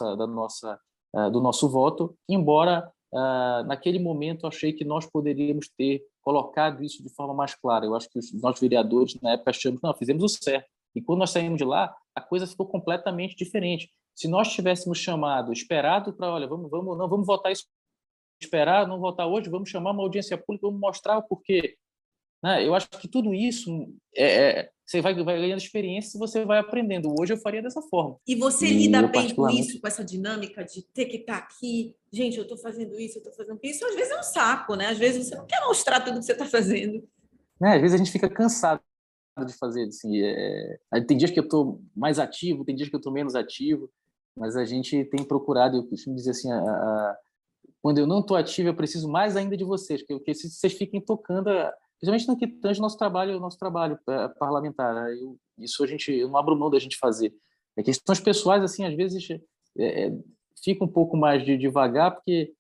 do nosso voto, embora naquele momento achei que nós poderíamos ter colocado isso de forma mais clara. Eu acho que nós vereadores, na época, achamos que não, fizemos o certo. E quando nós saímos de lá, a coisa ficou completamente diferente. Se nós tivéssemos esperado para, olha, vamos votar isso, esperar, não votar hoje, vamos chamar uma audiência pública, vamos mostrar o porquê. Né? Eu acho que tudo isso você vai ganhando experiência e você vai aprendendo. Hoje eu faria dessa forma. E você E lida eu, bem com particularmente, isso, com essa dinâmica de ter que estar aqui? Gente, eu estou fazendo isso, eu estou fazendo isso. Às vezes é um saco, né? Às vezes você não quer mostrar tudo que você está fazendo. né, às vezes a gente fica cansado de fazer. Assim, tem dias que eu estou mais ativo, tem dias que eu estou menos ativo, mas a gente tem procurado, eu costumo dizer assim, quando eu não estou ativo, eu preciso mais ainda de vocês, porque se vocês fiquem tocando, principalmente no que tange nosso trabalho parlamentar, né? Isso eu não abro mão da gente fazer. Questões pessoais, assim, às vezes fica um pouco mais devagar, porque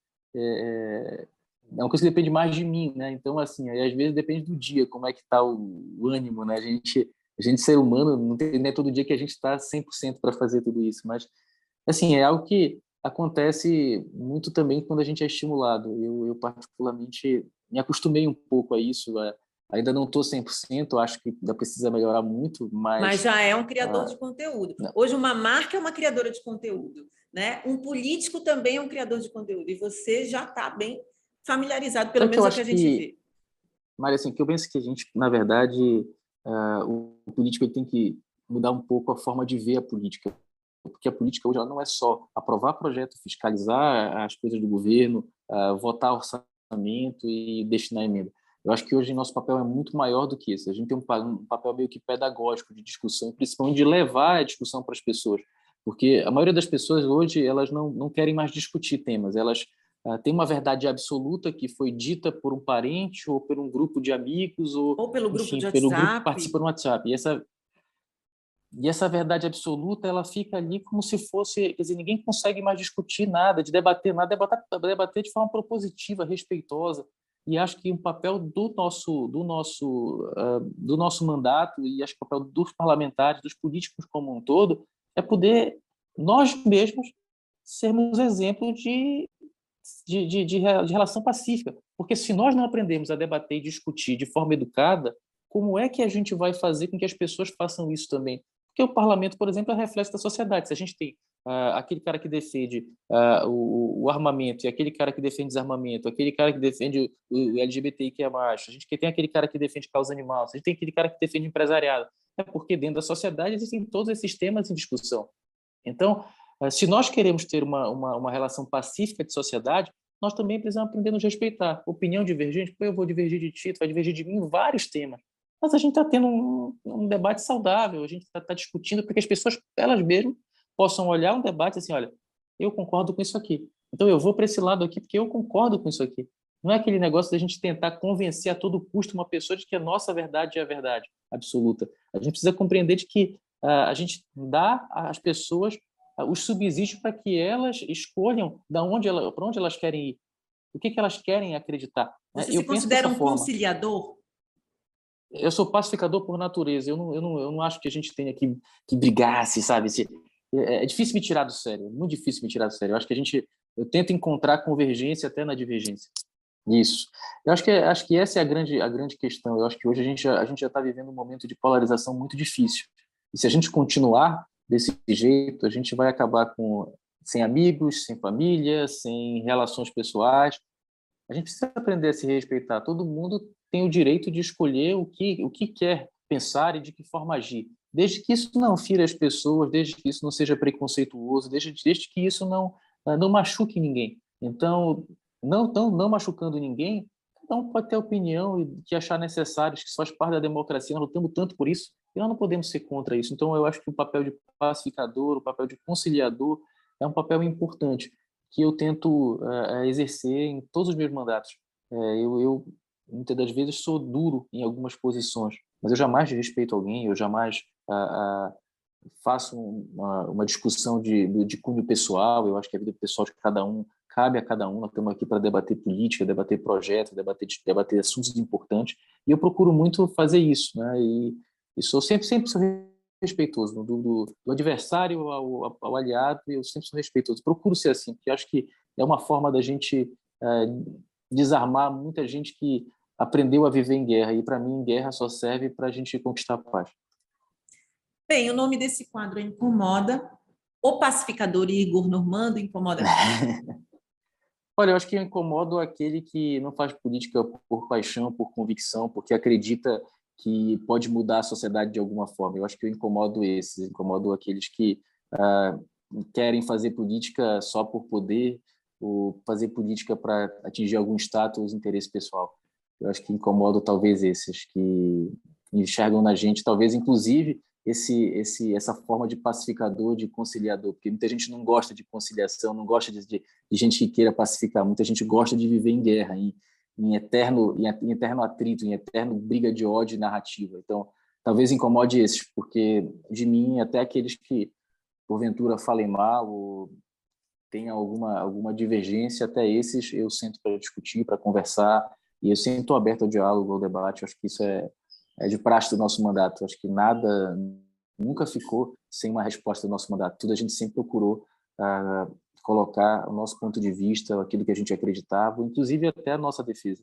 é uma coisa que depende mais de mim, né? Então, assim, aí, às vezes depende do dia, como é que está o ânimo, né? A gente ser humano, não é todo dia que a gente está 100% para fazer tudo isso, mas, assim, é algo que acontece muito também quando a gente é estimulado. Eu particularmente, me acostumei um pouco a isso. Ainda não estou 100%, acho que ainda precisa melhorar muito, Mas mas... já é um criador de conteúdo. Não. Hoje, uma marca é uma criadora de conteúdo, né? Um político também é um criador de conteúdo. E você já está bem familiarizado, pelo É que eu menos é o que acho a gente que, vê. Mário, assim, que eu penso que a gente, na verdade, o político ele tem que mudar um pouco a forma de ver a política, porque a política hoje ela não é só aprovar projeto, fiscalizar as coisas do governo, votar orçamento e destinar emenda. Eu acho que hoje nosso papel é muito maior do que isso. A gente tem um papel meio que pedagógico de discussão, principalmente de levar a discussão para as pessoas, porque a maioria das pessoas hoje elas não querem mais discutir temas, elas têm uma verdade absoluta que foi dita por um parente ou por um grupo de amigos ou, Ou pelo grupo enfim, de pelo grupo que participa WhatsApp. no WhatsApp. E essa verdade absoluta, ela fica ali como se fosse, quer dizer, ninguém consegue mais discutir nada, de debater nada, debater de forma propositiva, respeitosa. E acho que um papel do nosso mandato e acho que o papel dos parlamentares, dos políticos como um todo, é poder nós mesmos sermos exemplo de relação pacífica. Porque se nós não aprendemos a debater e discutir de forma educada, como é que a gente vai fazer com que as pessoas façam isso também? Porque o parlamento, por exemplo, é reflexo da sociedade. Se a gente tem aquele cara que defende o armamento e aquele cara que defende desarmamento, aquele cara que defende o LGBTIQIA+, a gente tem aquele cara que defende causa animal, a gente tem aquele cara que defende empresariado. É porque dentro da sociedade existem todos esses temas em discussão. Então, se nós queremos ter uma relação pacífica de sociedade, nós também precisamos aprender a nos respeitar. Opinião divergente, eu vou divergir de ti, tu vai divergir de mim em vários temas. Mas a gente está tendo um debate saudável, a gente está discutindo para que as pessoas, elas mesmas, possam olhar um debate assim, olha, eu concordo com isso aqui. Então eu vou para esse lado aqui porque eu concordo com isso aqui. Não é aquele negócio da gente tentar convencer a todo custo uma pessoa de que a nossa verdade é a verdade absoluta. A gente precisa compreender de que a gente dá às pessoas os subsídios para que elas escolham para onde elas querem ir, o que elas querem acreditar. Você se Eu penso considera dessa um forma. conciliador? Eu sou pacificador por natureza. Eu não acho que a gente tenha que brigar, sabe? É difícil me tirar do sério, é muito difícil me tirar do sério. Eu acho que eu tento encontrar convergência até na divergência. Isso. Eu acho que essa é a grande questão. Eu acho que hoje a gente já está vivendo um momento de polarização muito difícil. E se a gente continuar desse jeito, a gente vai acabar sem amigos, sem família, sem relações pessoais. A gente precisa aprender a se respeitar. Todo mundo tem o direito de escolher o que quer pensar e de que forma agir, desde que isso não fira as pessoas, desde que isso não seja preconceituoso, desde que isso não machuque ninguém. Então, não machucando ninguém, cada um pode ter opinião e que achar necessário, que isso faz parte da democracia, nós lutamos tanto por isso, e nós não podemos ser contra isso. Então, eu acho que o papel de pacificador, o papel de conciliador é um papel importante que eu tento exercer em todos os meus mandatos. Eu, muitas das vezes, sou duro em algumas posições, mas eu jamais respeito alguém, eu jamais faço uma discussão de cunho pessoal. Eu acho que a vida pessoal de cada um cabe a cada um. Nós estamos aqui para debater política, debater projetos, debater assuntos importantes, e eu procuro muito fazer isso, né? E sou sempre sou respeitoso do adversário ao aliado, eu sempre sou respeitoso. Procuro ser assim, porque acho que é uma forma da gente desarmar muita gente que aprendeu a viver em guerra, e para mim guerra só serve para a gente conquistar a paz. Bem, o nome desse quadro é Incomoda. O pacificador Igor Normando incomoda quem? Olha, eu acho que eu incomodo aquele que não faz política por paixão, por convicção, porque acredita que pode mudar a sociedade de alguma forma. Eu acho que eu incomodo aqueles que querem fazer política só por poder ou fazer política para atingir algum status, interesse pessoal. Eu acho que incomodo talvez esses que enxergam na gente, talvez inclusive essa forma de pacificador, de conciliador, porque muita gente não gosta de conciliação, não gosta de gente que queira pacificar, muita gente gosta de viver em guerra, em eterno atrito, em eterno briga de ódio e narrativa. Então, talvez incomode esses, porque de mim, até aqueles que porventura falem mal ou tenham alguma divergência, até esses eu sento para discutir, para conversar, e eu sempre estou aberto ao diálogo, ao debate. Eu acho que isso é de praxe do nosso mandato. Eu acho que nada nunca ficou sem uma resposta do nosso mandato. Tudo a gente sempre procurou colocar o nosso ponto de vista, aquilo que a gente acreditava, inclusive até a nossa defesa.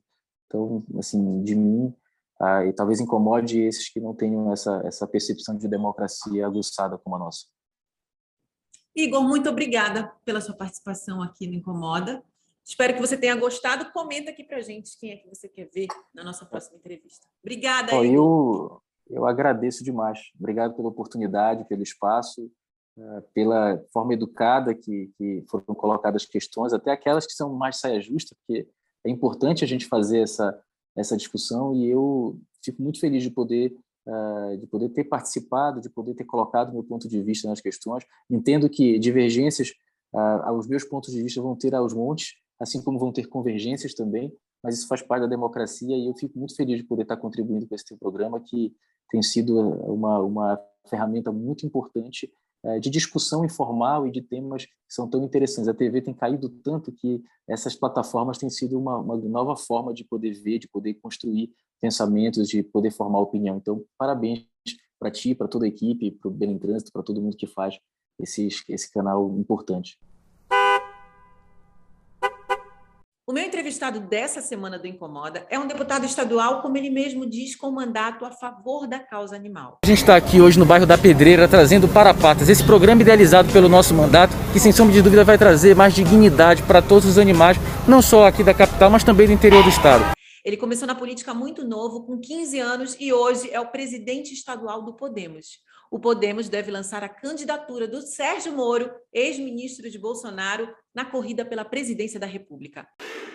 Então, assim, de mim, e talvez incomode esses que não tenham essa percepção de democracia aguçada como a nossa. Igor, muito obrigada pela sua participação aqui no Incomoda. Espero que você tenha gostado. Comenta aqui para a gente quem é que você quer ver na nossa próxima entrevista. Obrigada, Igor. Eu agradeço demais. Obrigado pela oportunidade, pelo espaço, pela forma educada que foram colocadas as questões, até aquelas que são mais saia justa, porque é importante a gente fazer essa discussão, e eu fico muito feliz de poder ter participado, de poder ter colocado meu ponto de vista nas questões. Entendo que divergências, os meus pontos de vista vão ter aos montes, assim como vão ter convergências também, mas isso faz parte da democracia, e eu fico muito feliz de poder estar contribuindo com esse teu programa, que tem sido uma ferramenta muito importante de discussão informal e de temas que são tão interessantes. A TV tem caído tanto que essas plataformas têm sido uma nova forma de poder ver, de poder construir pensamentos, de poder formar opinião. Então, parabéns para ti, para toda a equipe, para o Belém Trânsito, para todo mundo que faz esse canal importante. O meu entrevistado dessa semana do Incomoda é um deputado estadual, como ele mesmo diz, com mandato a favor da causa animal. A gente está aqui hoje no bairro da Pedreira trazendo Para Patas, esse programa idealizado pelo nosso mandato, que sem sombra de dúvida vai trazer mais dignidade para todos os animais, não só aqui da capital, mas também do interior do estado. Ele começou na política muito novo, com 15 anos, e hoje é o presidente estadual do Podemos. O Podemos deve lançar a candidatura do Sérgio Moro, ex-ministro de Bolsonaro, na corrida pela presidência da República.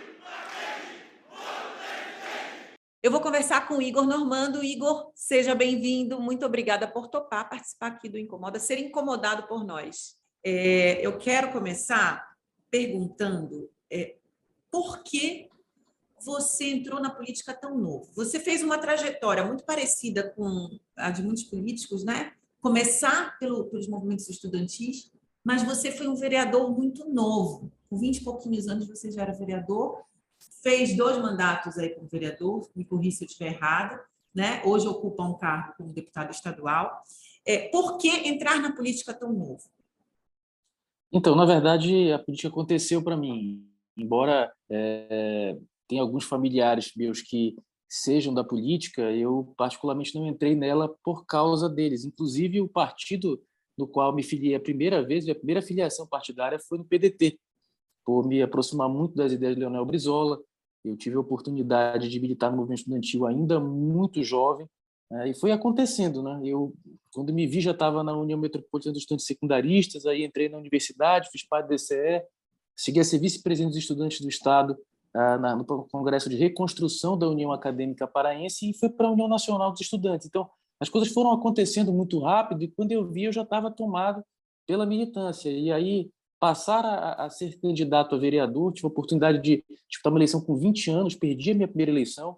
Eu vou conversar com o Igor Normando. Igor, seja bem-vindo. Muito obrigada por topar participar aqui do Incomoda, ser incomodado por nós. Eu quero começar perguntando por que você entrou na política tão novo? Você fez uma trajetória muito parecida com a de muitos políticos, né? Começar pelos movimentos estudantis, mas você foi um vereador muito novo. Com 20 e pouquinhos anos você já era vereador, fez 2 mandatos aí como vereador, me corrija se eu estiver errada, né? Hoje ocupa um cargo como deputado estadual. Por que entrar na política tão novo? Então, na verdade, a política aconteceu para mim. Embora tenha alguns familiares meus que sejam da política, eu particularmente não entrei nela por causa deles. Inclusive, o partido no qual me filiei a primeira vez, a primeira filiação partidária foi no PDT, por me aproximar muito das ideias de Leonel Brizola. Eu tive a oportunidade de militar no movimento estudantil ainda muito jovem, e foi acontecendo, né? Eu, quando me vi, já estava na União Metropolitana dos Estudantes Secundaristas, aí entrei na universidade, fiz parte do DCE, cheguei a ser vice-presidente dos estudantes do Estado no Congresso de Reconstrução da União Acadêmica Paraense, e fui para a União Nacional dos Estudantes. Então, as coisas foram acontecendo muito rápido, e quando eu vi, eu já estava tomado pela militância. E aí, passar a ser candidato a vereador, tive a oportunidade de disputar uma eleição com 20 anos, perdi a minha primeira eleição.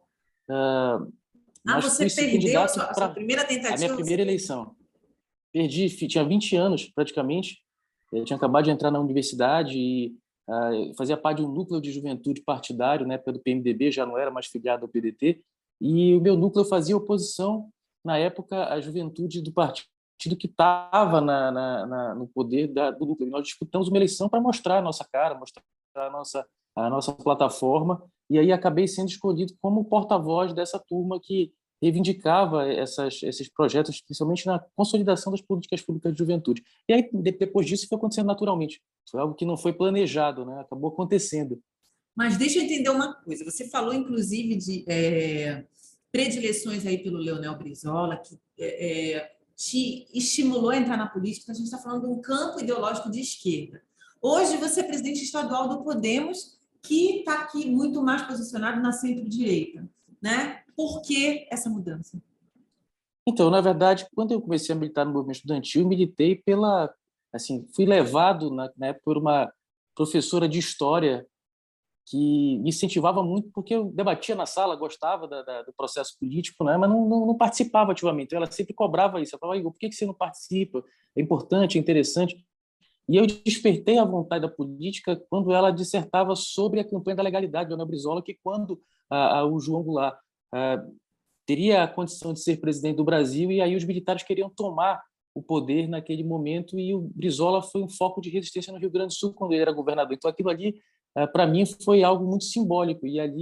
Mas você perdeu a sua primeira tentativa? A minha primeira eleição. Perdi, tinha 20 anos praticamente, eu tinha acabado de entrar na universidade e fazia parte de um núcleo de juventude partidário, na época do PMDB, já não era mais filiado ao PDT, e o meu núcleo fazia oposição, na época, à juventude do partido que estava no poder do núcleo. E nós disputamos uma eleição para mostrar a nossa cara, mostrar a nossa plataforma, e aí acabei sendo escolhido como porta-voz dessa turma que reivindicava esses projetos, principalmente na consolidação das políticas públicas de juventude. E aí, depois disso, foi acontecendo naturalmente. Foi algo que não foi planejado, né? Acabou acontecendo. Mas deixa eu entender uma coisa. Você falou, inclusive, de predileções aí pelo Leonel Brizola, que te estimulou a entrar na política. A gente está falando de um campo ideológico de esquerda. Hoje, você é presidente estadual do Podemos, que está aqui muito mais posicionado na centro-direita, né? Por que essa mudança? Então, na verdade, quando eu comecei a militar no movimento estudantil, eu militei fui levado na época por uma professora de história que me incentivava muito, porque eu debatia na sala, gostava do processo político, né? Mas não participava ativamente. Então, ela sempre cobrava isso. Ela falava: Igor, por que você não participa? É importante, é interessante. E eu despertei a vontade da política quando ela dissertava sobre a campanha da legalidade do Leonel Brizola, que quando o João Goulart teria a condição de ser presidente do Brasil, e aí os militares queriam tomar o poder naquele momento, e o Brizola foi um foco de resistência no Rio Grande do Sul quando ele era governador. Então, aquilo ali, para mim, foi algo muito simbólico, e ali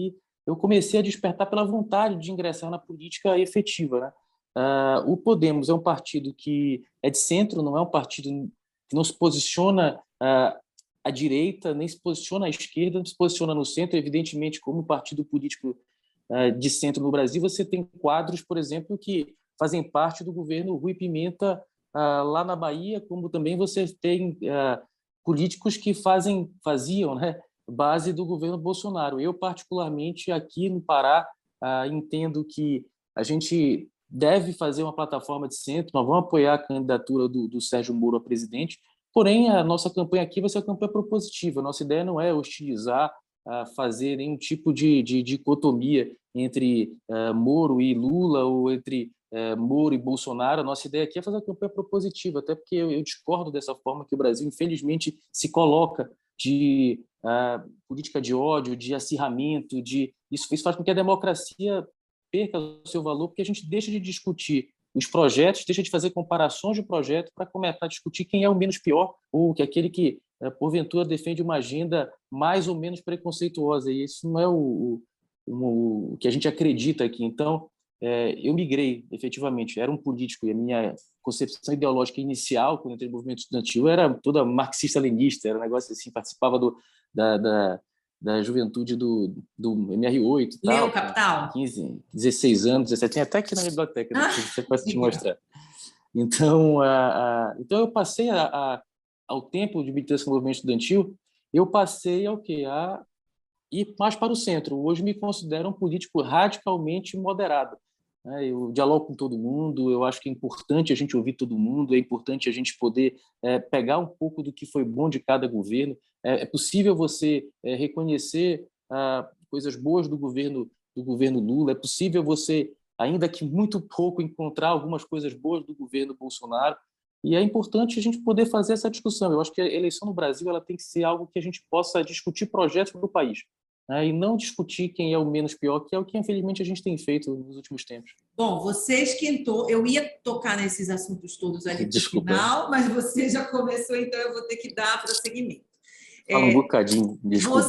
eu comecei a despertar pela vontade de ingressar na política efetiva, né? O Podemos é um partido que é de centro, não é um partido que não se posiciona à direita, nem se posiciona à esquerda, não se posiciona no centro. Evidentemente, como partido político de centro no Brasil, você tem quadros, por exemplo, que fazem parte do governo Rui Pimenta lá na Bahia, como também você tem políticos que faziam, né, base do governo Bolsonaro. Eu, particularmente, aqui no Pará, entendo que a gente deve fazer uma plataforma de centro, nós vamos apoiar a candidatura do Sérgio Moro a presidente, porém, a nossa campanha aqui vai ser uma campanha propositiva. A nossa ideia não é hostilizar, fazer nenhum tipo de dicotomia entre Moro e Lula ou entre Moro e Bolsonaro. A nossa ideia aqui é fazer uma campanha propositiva, até porque eu discordo dessa forma que o Brasil, infelizmente, se coloca de política de ódio, de acirramento, isso faz com que a democracia perca o seu valor, porque a gente deixa de discutir os projetos, deixa de fazer comparações de projeto para começar a discutir quem é o menos pior ou que aquele que, porventura, defende uma agenda mais ou menos preconceituosa. E isso não é o que a gente acredita aqui. Então, eu migrei, efetivamente, era um político e a minha concepção ideológica inicial, quando entrei no movimento estudantil, era toda marxista-leninista, era um negócio assim, participava da juventude do MR8 e Leu tal, Capital? 15, 16 anos, 17, tem até aqui na minha biblioteca, você pode te mostrar. Então, então eu passei ao tempo de militância no movimento estudantil, eu passei ao quê? A ir mais para o centro. Hoje me considero um político radicalmente moderado. Eu dialogo com todo mundo, eu acho que é importante a gente ouvir todo mundo, é importante a gente poder pegar um pouco do que foi bom de cada governo. É possível você reconhecer coisas boas do governo Lula, é possível você, ainda que muito pouco, encontrar algumas coisas boas do governo Bolsonaro, e é importante a gente poder fazer essa discussão. Eu acho que a eleição no Brasil ela tem que ser algo que a gente possa discutir projetos para o país, e não discutir quem é o menos pior, que é o que, infelizmente, a gente tem feito nos últimos tempos. Bom, você esquentou. Eu ia tocar nesses assuntos todos ali no final, mas você já começou, então eu vou ter que dar prosseguimento. Fala um bocadinho, desculpa.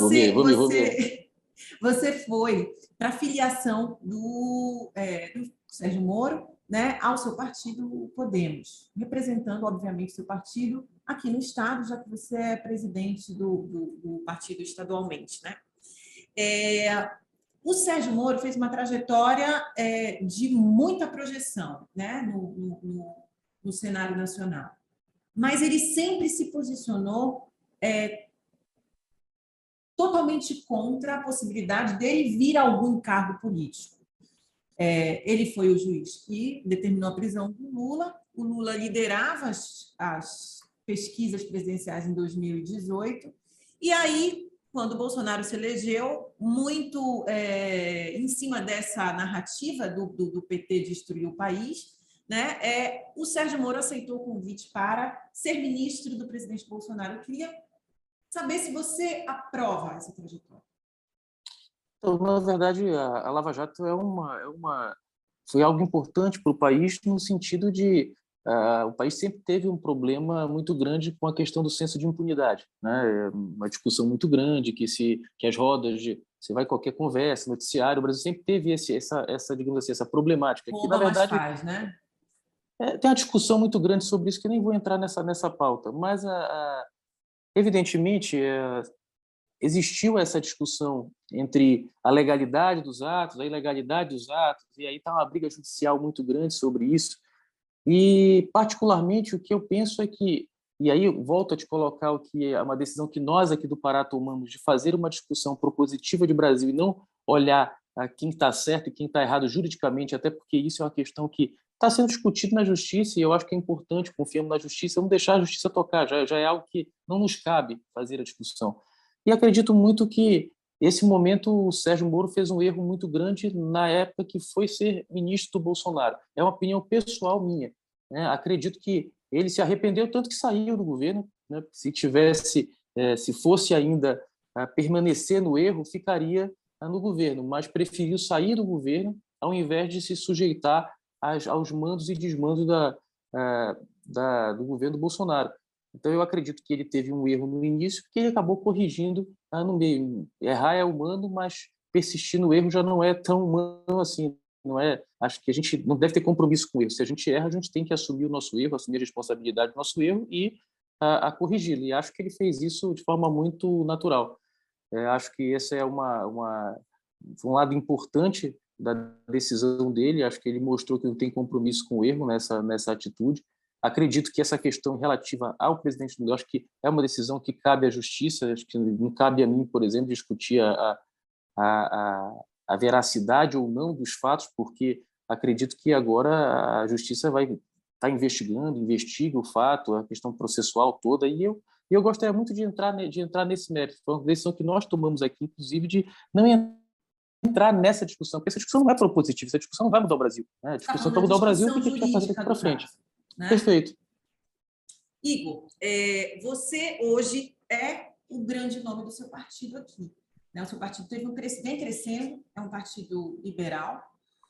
Você foi para a filiação do Sérgio Moro, né, ao seu partido Podemos, representando, obviamente, seu partido aqui no Estado, já que você é presidente do partido estadualmente, né? O Sérgio Moro fez uma trajetória de muita projeção, né, no cenário nacional, mas ele sempre se posicionou totalmente contra a possibilidade dele vir a algum cargo político. Ele foi o juiz que determinou a prisão do Lula. O Lula liderava as pesquisas presidenciais em 2018, e aí, quando o Bolsonaro se elegeu, muito em cima dessa narrativa do PT destruir o país, né, o Sérgio Moro aceitou o convite para ser ministro do presidente Bolsonaro. Eu queria saber se você aprova essa trajetória. Então, na verdade, a Lava Jato foi algo importante para o país no sentido de o país sempre teve um problema muito grande com a questão do senso de impunidade, né? Uma discussão muito grande que as rodas você vai em qualquer conversa, noticiário, o Brasil sempre teve essa digamos assim, essa problemática. Rouba, que, na verdade, mais faz, né? Tem uma discussão muito grande sobre isso que nem vou entrar nessa pauta, mas evidentemente existiu essa discussão entre a legalidade dos atos, a ilegalidade dos atos, e aí está uma briga judicial muito grande sobre isso. E, particularmente, o que eu penso é que, e aí eu volto a te colocar o que é uma decisão que nós aqui do Pará tomamos, de fazer uma discussão propositiva de Brasil e não olhar quem está certo e quem está errado juridicamente, até porque isso é uma questão que está sendo discutido na justiça e eu acho que é importante, confiamos na justiça, não deixar a justiça tocar, já é algo que não nos cabe fazer a discussão. E acredito muito que, esse momento, o Sérgio Moro fez um erro muito grande na época que foi ser ministro do Bolsonaro. É uma opinião pessoal minha, né? Acredito que ele se arrependeu tanto que saiu do governo, né? Se fosse ainda permanecer no erro, ficaria no governo, mas preferiu sair do governo ao invés de se sujeitar aos mandos e desmandos do governo do Bolsonaro. Então, eu acredito que ele teve um erro no início que ele acabou corrigindo no meio. Errar é humano, mas persistir no erro já não é tão humano assim. Não é? Acho que a gente não deve ter compromisso com o erro. Se a gente erra, a gente tem que assumir o nosso erro, assumir a responsabilidade do nosso erro e a corrigi-lo. E acho que ele fez isso de forma muito natural. Acho que esse é um lado importante da decisão dele. Acho que ele mostrou que não tem compromisso com o erro nessa atitude. Acredito que essa questão relativa ao presidente Lula, acho que é uma decisão que cabe à justiça. Acho que não cabe a mim, por exemplo, discutir a veracidade ou não dos fatos, porque acredito que agora a justiça vai estar investiga o fato, a questão processual toda, e eu gostaria muito de entrar nesse mérito. Foi uma decisão que nós tomamos aqui, inclusive, de não entrar nessa discussão, porque essa discussão não é propositiva, essa discussão não vai mudar o Brasil. Né? A discussão para mudar o Brasil, o que a gente vai fazer daqui para frente? Né? Perfeito. Igor, você hoje é o grande nome do seu partido aqui. Né? O seu partido vem crescendo, é um partido liberal.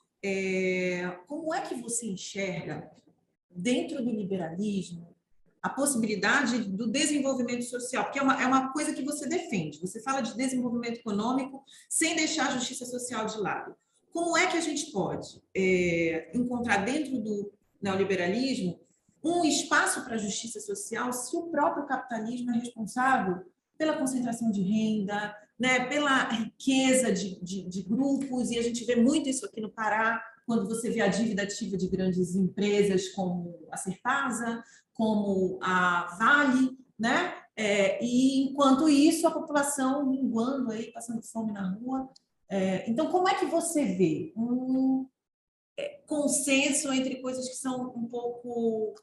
Como é que você enxerga, dentro do liberalismo, a possibilidade do desenvolvimento social? Porque é uma coisa que você defende. Você fala de desenvolvimento econômico sem deixar a justiça social de lado. Como é que a gente pode encontrar dentro do neoliberalismo um espaço para a justiça social se o próprio capitalismo é responsável pela concentração de renda, né, pela riqueza de grupos, e a gente vê muito isso aqui no Pará, quando você vê a dívida ativa de grandes empresas como a Serpasa, como a Vale, né? E enquanto isso, a população minguando aí, passando fome na rua. Então, como é que você vê um consenso entre coisas que são um pouco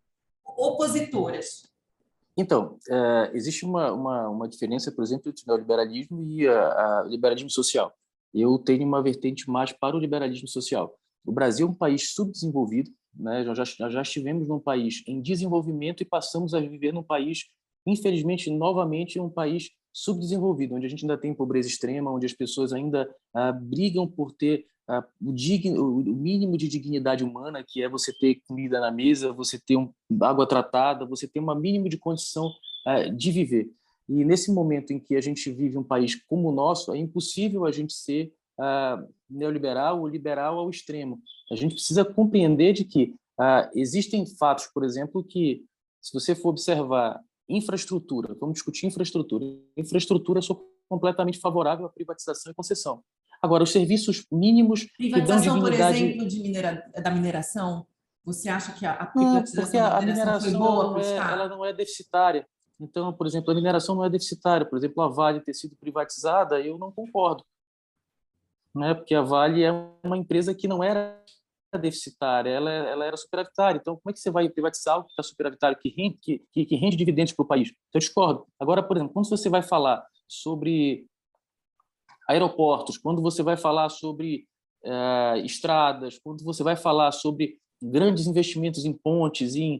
opositoras? Então, existe uma diferença, por exemplo, entre o neoliberalismo e o liberalismo social. Eu tenho uma vertente mais para o liberalismo social. O Brasil é um país subdesenvolvido, né? Nós já estivemos num país em desenvolvimento e passamos a viver num país, infelizmente, novamente, um país subdesenvolvido, onde a gente ainda tem pobreza extrema, onde as pessoas ainda brigam por ter o mínimo de dignidade humana, que é você ter comida na mesa, você ter água tratada, você ter um mínimo de condição de viver. E nesse momento em que a gente vive um país como o nosso, é impossível a gente ser neoliberal ou liberal ao extremo. A gente precisa compreender de que existem fatos, por exemplo, que, se você for observar infraestrutura, vamos discutir infraestrutura. Infraestrutura, eu sou completamente favorável à privatização e concessão. Agora, os serviços mínimos que dão dignidade... Por exemplo, da mineração, você acha que a privatização da mineração foi boa para o Estado? Ela não é deficitária. Então, por exemplo, a mineração não é deficitária. Por exemplo, a Vale ter sido privatizada, eu não concordo. Né? Porque a Vale é uma empresa que não era deficitária, ela era superavitária. Então, como é que você vai privatizar algo que está superavitário, que rende dividendos para o país? Eu discordo. Agora, por exemplo, quando você vai falar sobre aeroportos, quando você vai falar sobre estradas, quando você vai falar sobre grandes investimentos em pontes, em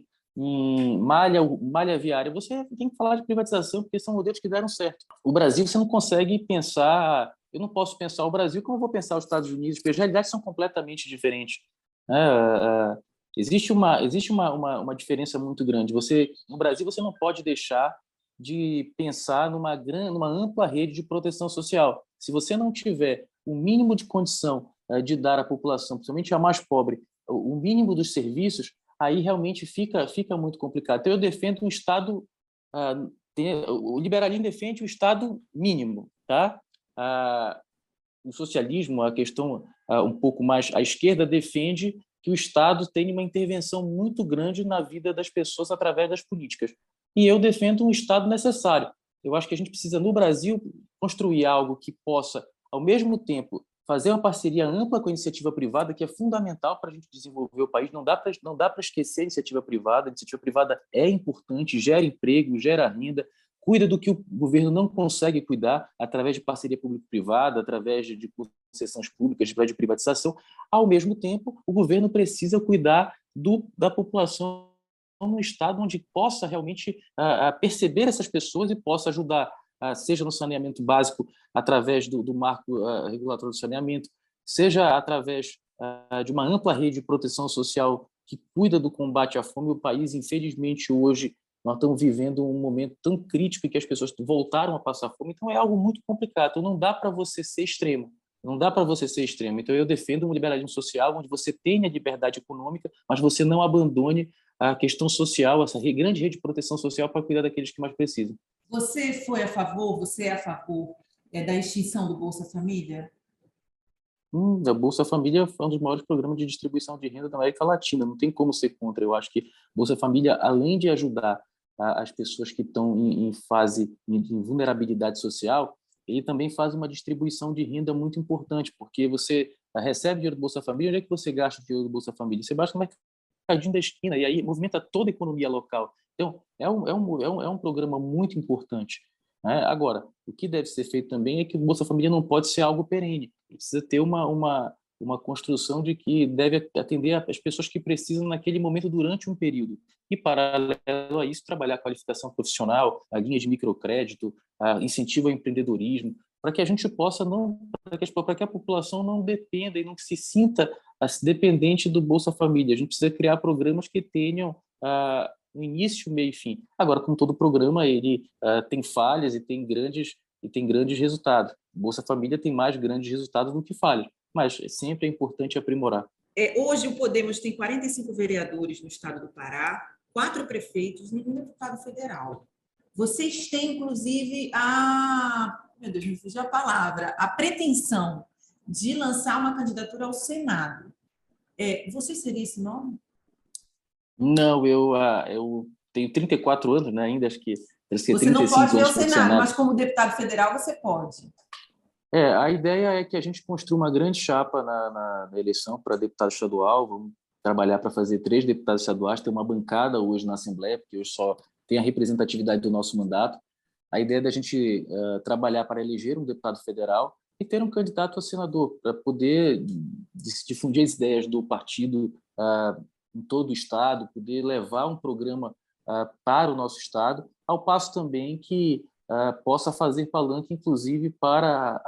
malha viária, você tem que falar de privatização, porque são modelos que deram certo. O Brasil, você não consegue pensar... Eu não posso pensar o Brasil como eu vou pensar os Estados Unidos, porque as realidades são completamente diferentes. Existe uma diferença muito grande. No Brasil, você não pode deixar de pensar numa ampla rede de proteção social. Se você não tiver o mínimo de condição de dar à população, principalmente a mais pobre, o mínimo dos serviços, aí realmente fica muito complicado. Então, eu defendo um Estado... o liberalismo defende o Estado mínimo, tá? O socialismo, a questão um pouco mais à esquerda, defende que o Estado tenha uma intervenção muito grande na vida das pessoas através das políticas. E eu defendo um Estado necessário. Eu acho que a gente precisa, no Brasil, construir algo que possa, ao mesmo tempo, fazer uma parceria ampla com a iniciativa privada, que é fundamental para a gente desenvolver o país. Não dá para esquecer a iniciativa privada. A iniciativa privada é importante, gera emprego, gera renda, cuida do que o governo não consegue cuidar através de parceria público-privada, através de concessões públicas, através de privatização. Ao mesmo tempo, o governo precisa cuidar da população num estado onde possa realmente perceber essas pessoas e possa ajudar, seja no saneamento básico, através do marco regulatório do saneamento, seja através de uma ampla rede de proteção social que cuida do combate à fome. O país, infelizmente, hoje, nós estamos vivendo um momento tão crítico em que as pessoas voltaram a passar fome, então é algo muito complicado. Então não dá para você ser extremo. Não dá para você ser extremo. Então eu defendo um liberalismo social onde você tenha liberdade econômica, mas você não abandone a questão social, essa grande rede de proteção social para cuidar daqueles que mais precisam. Você é a favor da extinção do Bolsa Família? A Bolsa Família é um dos maiores programas de distribuição de renda da América Latina. Não tem como ser contra. Eu acho que Bolsa Família, além de ajudar as pessoas que estão em fase de vulnerabilidade social, ele também faz uma distribuição de renda muito importante, porque você recebe dinheiro do Bolsa Família, onde é que você gasta o dinheiro do Bolsa Família? Você gasta no mercadinho da esquina, e aí movimenta toda a economia local. Então, é um programa muito importante. Né? Agora, o que deve ser feito também é que o Bolsa Família não pode ser algo perene. Precisa ter uma construção de que deve atender as pessoas que precisam naquele momento durante um período. E, paralelo a isso, trabalhar a qualificação profissional, a linha de microcrédito, a incentivo ao empreendedorismo, para que a gente possa para que a população não dependa e não se sinta dependente do Bolsa Família. A gente precisa criar programas que tenham no início, meio e fim. Agora, como todo programa, ele tem falhas e tem grandes resultados. Bolsa Família tem mais grandes resultados do que falhas, mas sempre é importante aprimorar. Hoje o Podemos tem 45 vereadores no estado do Pará, 4 prefeitos e nenhum deputado federal. Vocês têm, inclusive, meu Deus, me fugiu a palavra, a pretensão de lançar uma candidatura ao Senado. Você seria esse nome? Não, eu tenho 34 anos, né? Ainda acho que você não pode ver o Senado, mas como deputado federal você pode. A ideia é que a gente construa uma grande chapa na eleição para deputado estadual. Vamos trabalhar para fazer 3 deputados estaduais, ter uma bancada hoje na Assembleia, porque hoje só tem a representatividade do nosso mandato. A ideia é da gente trabalhar para eleger um deputado federal e ter um candidato a senador, para poder difundir as ideias do partido em todo o estado, poder levar um programa para o nosso estado, ao passo também que possa fazer palanque, inclusive, para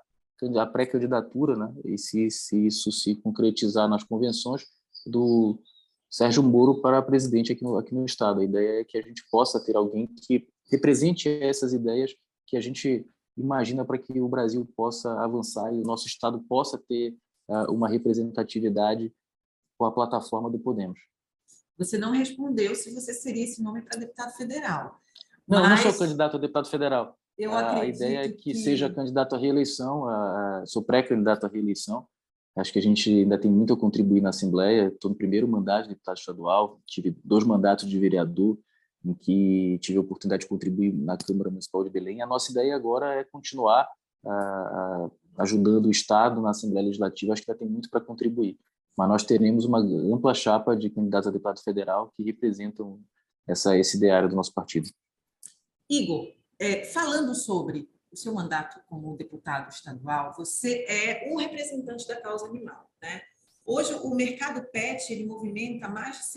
a pré-candidatura, né? E se isso se concretizar nas convenções, do Sérgio Moro para presidente aqui no estado. A ideia é que a gente possa ter alguém que represente essas ideias que a gente imagina para que o Brasil possa avançar e o nosso estado possa ter uma representatividade com a plataforma do Podemos. Você não respondeu se você seria esse nome para deputado federal. Não, eu não sou candidato a deputado federal. Eu acredito a ideia é que seja candidato à reeleição, sou pré-candidato à reeleição. Acho que a gente ainda tem muito a contribuir na Assembleia. Estou no primeiro mandato de deputado estadual, tive 2 mandatos de vereador, em que tive a oportunidade de contribuir na Câmara Municipal de Belém. A nossa ideia agora é continuar ajudando o Estado na Assembleia Legislativa. Acho que ainda tem muito para contribuir. Mas nós teremos uma ampla chapa de candidatos a deputado federal que representam esse ideário do nosso partido. Igor, falando sobre o seu mandato como deputado estadual, você é um representante da causa animal, né? Hoje, o mercado pet ele movimenta mais de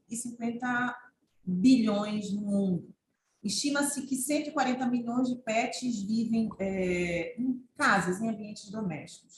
150 bilhões no mundo. Estima-se que 140 milhões de pets vivem em casas, em ambientes domésticos.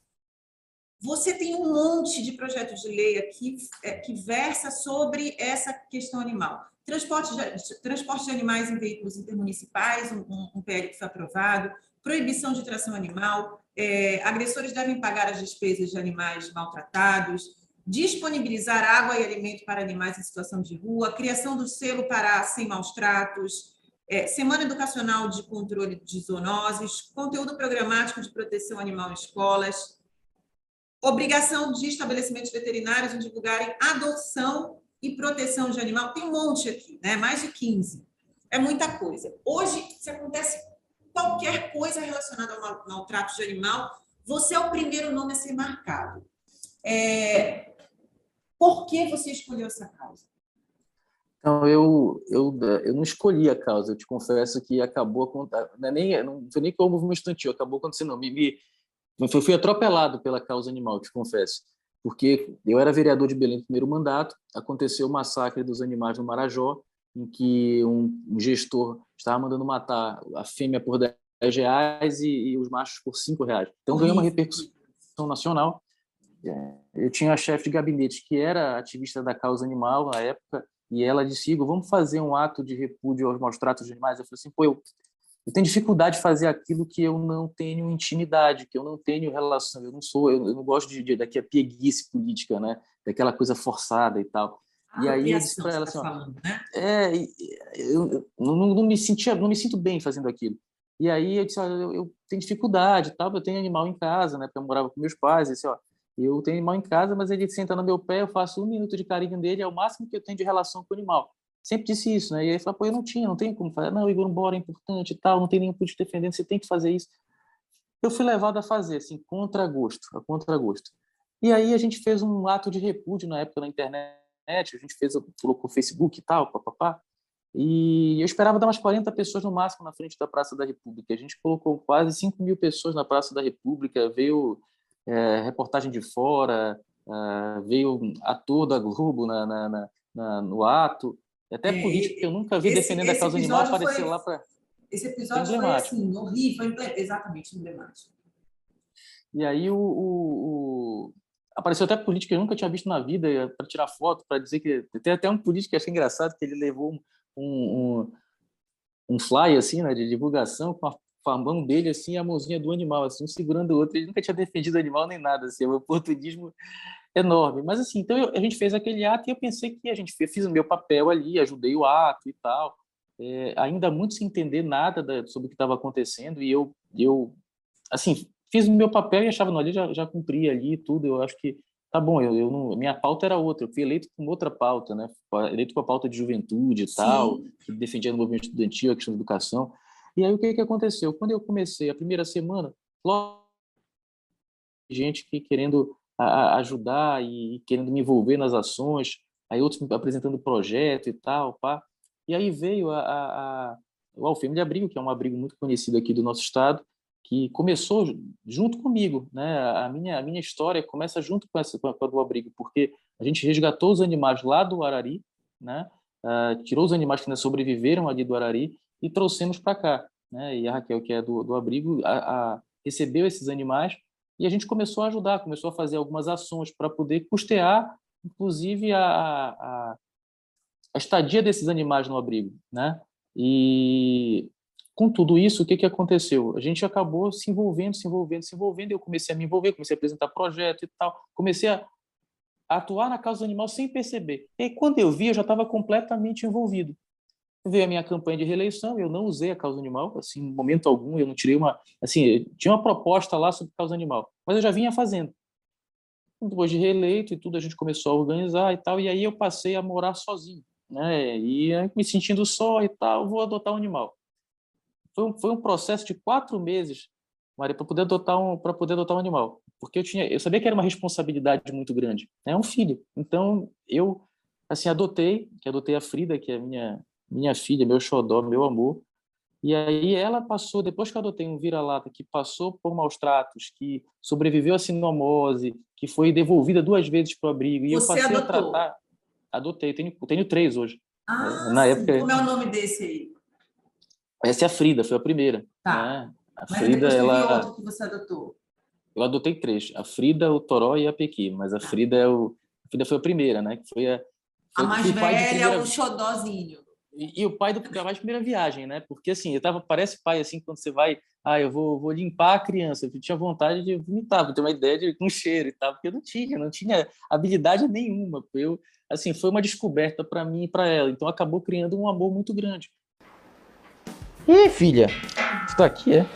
Você tem um monte de projetos de lei aqui que versa sobre essa questão animal. Transporte de animais em veículos intermunicipais, um PL que foi aprovado, proibição de tração animal, agressores devem pagar as despesas de animais maltratados, disponibilizar água e alimento para animais em situação de rua, criação do selo Pará sem maus tratos, Semana Educacional de Controle de Zoonoses, conteúdo programático de proteção animal em escolas, obrigação de estabelecimentos veterinários em divulgarem adoção e proteção de animal. Tem um monte aqui, né? Mais de 15. É muita coisa. Hoje, se acontece qualquer coisa relacionada ao maltrato de animal, você é o primeiro nome a ser marcado. Por que você escolheu essa causa? Então, eu não escolhi a causa. Eu te confesso que acabou... Não foi nem que houve um movimento estudantil, acabou acontecendo. Fui atropelado pela causa animal, te confesso, porque eu era vereador de Belém no primeiro mandato, aconteceu o massacre dos animais no Marajó, em que um gestor estava mandando matar a fêmea por R$10 e os machos por R$5. Então, ganhou uma repercussão nacional. Eu tinha a chefe de gabinete que era ativista da causa animal na época, e ela disse: Igor, vamos fazer um ato de repúdio aos maus tratos de animais. Eu falei assim: pô, eu tenho dificuldade de fazer aquilo que eu não tenho intimidade, que eu não tenho relação, eu não gosto daqui a pieguice política, né? Daquela coisa forçada e tal. E aí eu disse Apropriação, para você ela está assim, ó, falando, né? eu não me sinto bem fazendo aquilo. E aí eu disse: olha, eu tenho dificuldade e tal, eu tenho animal em casa, né? Porque eu morava com meus pais, e disse: ó, eu tenho animal em casa, mas ele senta no meu pé, eu faço 1 minuto de carinho dele, é o máximo que eu tenho de relação com o animal. Sempre disse isso, né? E aí ele falou: pô, eu não tenho como fazer. Não, Igor, embora é importante e tal, não tem nenhum político defendendo, você tem que fazer isso. Eu fui levado a fazer, assim, a contragosto. E aí a gente fez um ato de repúdio na época na internet, a gente colocou o Facebook e tal, papapá, e eu esperava dar umas 40 pessoas no máximo na frente da Praça da República. A gente colocou quase 5.000 pessoas na Praça da República, veio reportagem de fora, veio ator da Globo no ato, até político que eu nunca vi defendendo a causa animal aparecer lá para... Esse Foi episódio foi emblemático. assim, horrível, exatamente emblemático. E aí apareceu até político que eu nunca tinha visto na vida para tirar foto, para dizer que... Tem até um político que achei engraçado, que ele levou um flyer assim, né, de divulgação com a mão dele assim, a mãozinha do animal, assim, um segurando o outro. Ele nunca tinha defendido animal nem nada, assim, é um oportunismo enorme. Mas assim, então a gente fez aquele ato e eu pensei que fiz o meu papel ali, ajudei o ato e tal. Ainda muito sem entender nada sobre o que estava acontecendo, e eu assim, fiz o meu papel e achava, não, ali já cumpri ali tudo. Eu acho que tá bom, eu não, minha pauta era outra, eu fui eleito com outra pauta, né? Eleito com a pauta de juventude e tal, Sim. que defendia o movimento estudantil, a questão da educação. E aí o que aconteceu? Quando eu comecei a primeira semana, logo gente que querendo ajudar e querendo me envolver nas ações, aí outros me apresentando projeto e tal, pá. E aí veio o Alfema de Abrigo, que é um abrigo muito conhecido aqui do nosso estado, que começou junto comigo, né? A minha história começa junto com a do abrigo, porque a gente resgatou os animais lá do Arari, né? Tirou os animais que ainda sobreviveram ali do Arari e trouxemos para cá, né? E a Raquel, que é do abrigo, recebeu esses animais e a gente começou a ajudar, começou a fazer algumas ações para poder custear, inclusive, a estadia desses animais no abrigo, né? E com tudo isso, o que aconteceu? A gente acabou se envolvendo, eu comecei a me envolver, comecei a apresentar projeto e tal, comecei a atuar na causa animal sem perceber. E quando eu vi, eu já estava completamente envolvido. Veio a minha campanha de reeleição, eu não usei a causa animal, assim, em momento algum, eu não tirei assim, tinha uma proposta lá sobre causa animal, mas eu já vinha fazendo. Depois de reeleito e tudo, a gente começou a organizar e tal, e aí eu passei a morar sozinho, né? E aí, me sentindo só e tal, vou adotar um animal. Foi um processo de 4 meses, Maria, para poder adotar um animal, porque eu sabia que era uma responsabilidade muito grande, é um filho. Então eu assim adotei a Frida, que é minha filha, meu xodó, meu amor. E aí ela passou, depois que eu adotei um vira-lata que passou por maus tratos, que sobreviveu à sinomose, que foi devolvida 2 vezes para o abrigo, e eu Você passei a adotou? tratar, adotei, tenho 3 hoje. Ah, Na sim. época, Como é o nome desse aí? essa é a Frida, foi a primeira, Tá. né? A Mas Frida, depois teve outro que você adotou. eu adotei 3, a Frida, o Toró e a Pequi, mas a Tá. Frida a Frida foi a primeira, né? Que A mais fui pai de velha, primeira o xodózinho. e o pai da mais primeira viagem, né? Porque assim, parece pai assim quando você vai, eu vou limpar a criança, eu tinha vontade de vomitar, para ter uma ideia de com cheiro e tal, porque eu não tinha habilidade nenhuma. Assim, foi uma descoberta para mim e para ela, então acabou criando um amor muito grande. Ih, filha, tu tá aqui, é?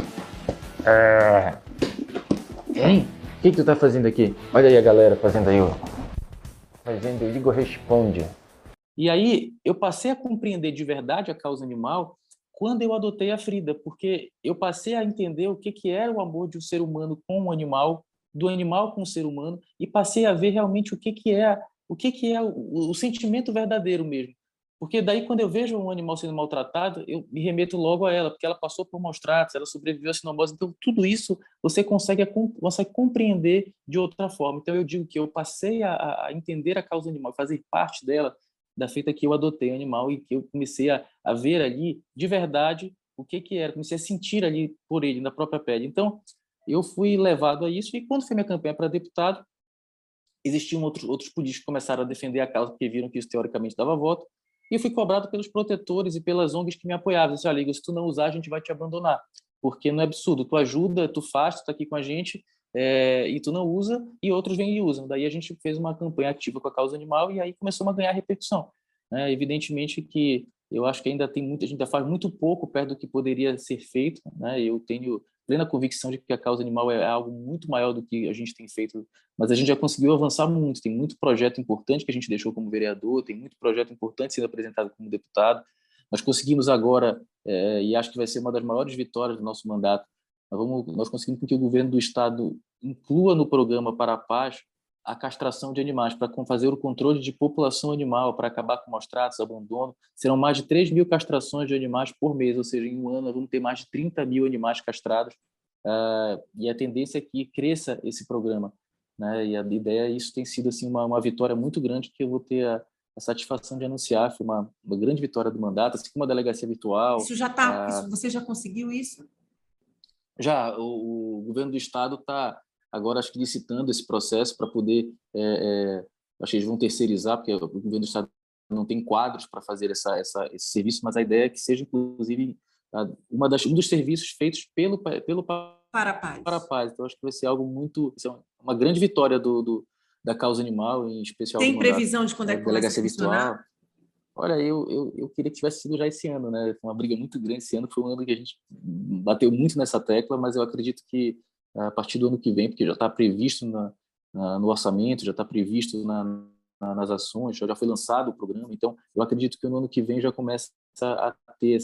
Hein? O que tu tá fazendo aqui? Olha aí a galera fazendo aí, ó. Fazendo o Igor Responde. E aí eu passei a compreender de verdade a causa animal quando eu adotei a Frida, porque eu passei a entender o que era o amor de um ser humano com um animal, do animal com o ser humano, e passei a ver realmente o que é o sentimento verdadeiro mesmo. Porque daí, quando eu vejo um animal sendo maltratado, eu me remeto logo a ela, porque ela passou por maus tratos, ela sobreviveu à sinomose. Então, tudo isso você consegue compreender de outra forma. Então, eu digo que eu passei a entender a causa animal, fazer parte dela, da feita que eu adotei o animal e que eu comecei a ver ali, de verdade, o que era. Comecei a sentir ali por ele, na própria pele. Então, eu fui levado a isso. E quando foi minha campanha para deputado, existiam outros políticos que começaram a defender a causa, porque viram que isso teoricamente dava voto. E eu fui cobrado pelos protetores e pelas ONGs que me apoiavam. Disse, olha, Igor, se tu não usar, a gente vai te abandonar. Porque não é absurdo. Tu ajuda, tu faz, tu está aqui com a gente, e tu não usa, e outros vêm e usam. Daí a gente fez uma campanha ativa com a causa animal e aí começou a ganhar repercussão. Evidentemente que eu acho que ainda tem muita gente, ainda faz muito pouco perto do que poderia ser feito. Eu tenho plena convicção de que a causa animal é algo muito maior do que a gente tem feito, mas a gente já conseguiu avançar muito. Tem muito projeto importante que a gente deixou como vereador, tem muito projeto importante sendo apresentado como deputado. Nós conseguimos agora, e acho que vai ser uma das maiores vitórias do nosso mandato, nós conseguimos que o governo do estado inclua no programa Para a Paz a castração de animais, para fazer o controle de população animal, para acabar com maus tratos, abandono. Serão mais de 3 mil castrações de animais por mês, ou seja, em um ano nós vamos ter mais de 30 mil animais castrados, e a tendência é que cresça esse programa. E a ideia, isso tem sido assim, uma vitória muito grande que eu vou ter a satisfação de anunciar. Foi uma grande vitória do mandato, assim como a delegacia virtual. Isso já está, você já conseguiu isso? Já, o governo do estado está agora, acho que licitando esse processo para poder, acho que eles vão terceirizar, porque o governo do estado não tem quadros para fazer esse serviço, mas a ideia é que seja, inclusive, um dos serviços feitos pelo Para a Paz. Para a Paz. Então, acho que vai ser algo muito, uma grande vitória da causa animal, em especial Tem do mandato, previsão de quando é que começa a funcionar? virtual. Olha, eu queria que tivesse sido já esse ano, né? Foi uma briga muito grande esse ano, foi um ano que a gente bateu muito nessa tecla, mas eu acredito que a partir do ano que vem, porque já está previsto no orçamento, já está previsto nas ações, já foi lançado o programa, então eu acredito que no ano que vem já começa a ter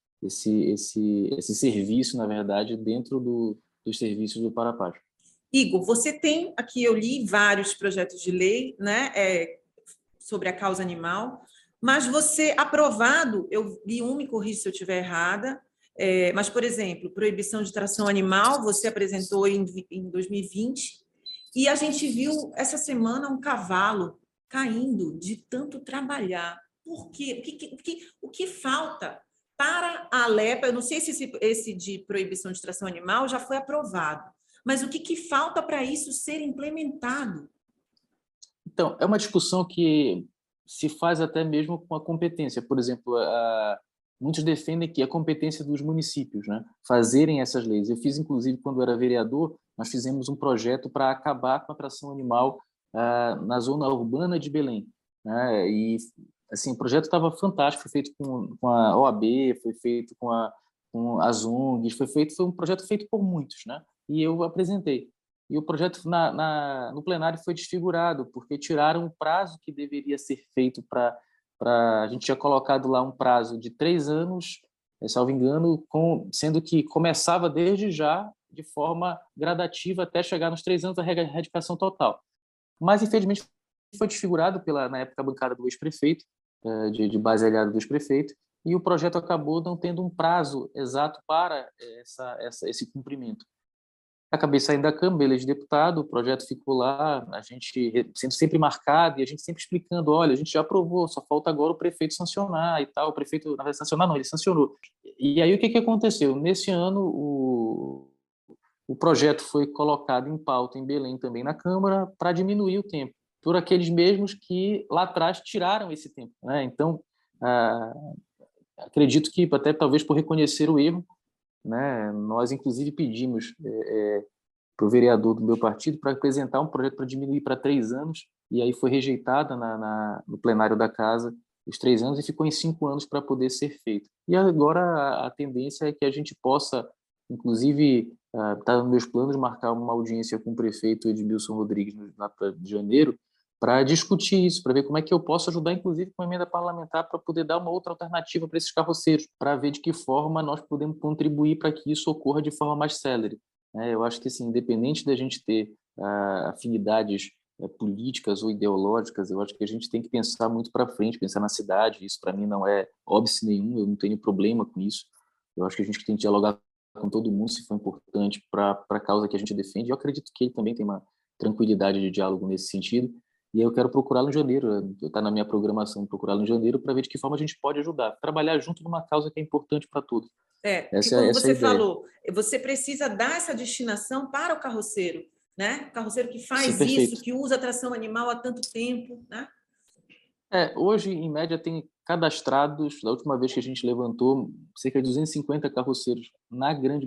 esse serviço, na verdade, dentro dos serviços do Para a Paz. Igor, você tem, aqui eu li vários projetos de lei, né, sobre a causa animal, mas você, aprovado, eu li me corrija se eu estiver errada, mas, por exemplo, proibição de tração animal, você apresentou em 2020, e a gente viu essa semana um cavalo caindo de tanto trabalhar. Por quê? O que falta para a Alepa? Eu não sei se esse de proibição de tração animal já foi aprovado, mas o que falta para isso ser implementado? Então, é uma discussão que se faz até mesmo com a competência. Por exemplo, muitos defendem que é competência dos municípios, né, fazerem essas leis. Eu fiz, inclusive, quando era vereador, nós fizemos um projeto para acabar com a tração animal na zona urbana de Belém. Né, e assim, o projeto estava fantástico, foi feito com a OAB, foi feito com as ONGs, foi um projeto feito por muitos, né, e eu apresentei. E o projeto no plenário foi desfigurado, porque tiraram o prazo que deveria ser feito a gente tinha colocado lá um prazo de 3 anos, salvo engano, sendo que começava desde já, de forma gradativa, até chegar nos 3 anos da erradicação total. Mas, infelizmente, foi desfigurado na época, a bancada do ex-prefeito, de base aliada do ex-prefeito, e o projeto acabou não tendo um prazo exato para esse cumprimento. Acabei saindo da Câmara, eleito deputado, o projeto ficou lá, a gente sendo sempre marcado e a gente sempre explicando, olha, a gente já aprovou, só falta agora o prefeito sancionar e tal. O prefeito, na verdade, sancionar não, ele sancionou. E aí o que aconteceu? Nesse ano, o projeto foi colocado em pauta em Belém também na Câmara para diminuir o tempo, por aqueles mesmos que lá atrás tiraram esse tempo. Né? Então, acredito que até talvez por reconhecer o erro, né, nós, inclusive, pedimos para o vereador do meu partido para apresentar um projeto para diminuir para 3 anos, e aí foi rejeitada no plenário da Casa os 3 anos e ficou em 5 anos para poder ser feito. E agora a tendência é que a gente possa, inclusive, está nos meus planos, marcar uma audiência com o prefeito Edmilson Rodrigues lá de janeiro, para discutir isso, para ver como é que eu posso ajudar, inclusive, com a emenda parlamentar, para poder dar uma outra alternativa para esses carroceiros, para ver de que forma nós podemos contribuir para que isso ocorra de forma mais célere. Eu acho que, assim, independente da gente ter afinidades políticas ou ideológicas, eu acho que a gente tem que pensar muito para frente, pensar na cidade. Isso, para mim, não é óbice nenhum, eu não tenho problema com isso. Eu acho que a gente tem que dialogar com todo mundo, se for importante, para a causa que a gente defende. Eu acredito que ele também tem uma tranquilidade de diálogo nesse sentido. E eu quero procurá-lo em janeiro, está na minha programação procurá-lo em janeiro para ver de que forma a gente pode ajudar, trabalhar junto numa causa que é importante para todos. Porque como você falou, você precisa dar essa destinação para o carroceiro, né? O carroceiro que faz isso, que usa a tração animal há tanto tempo, né? Hoje, em média, tem cadastrados, da última vez que a gente levantou, cerca de 250 carroceiros na grande,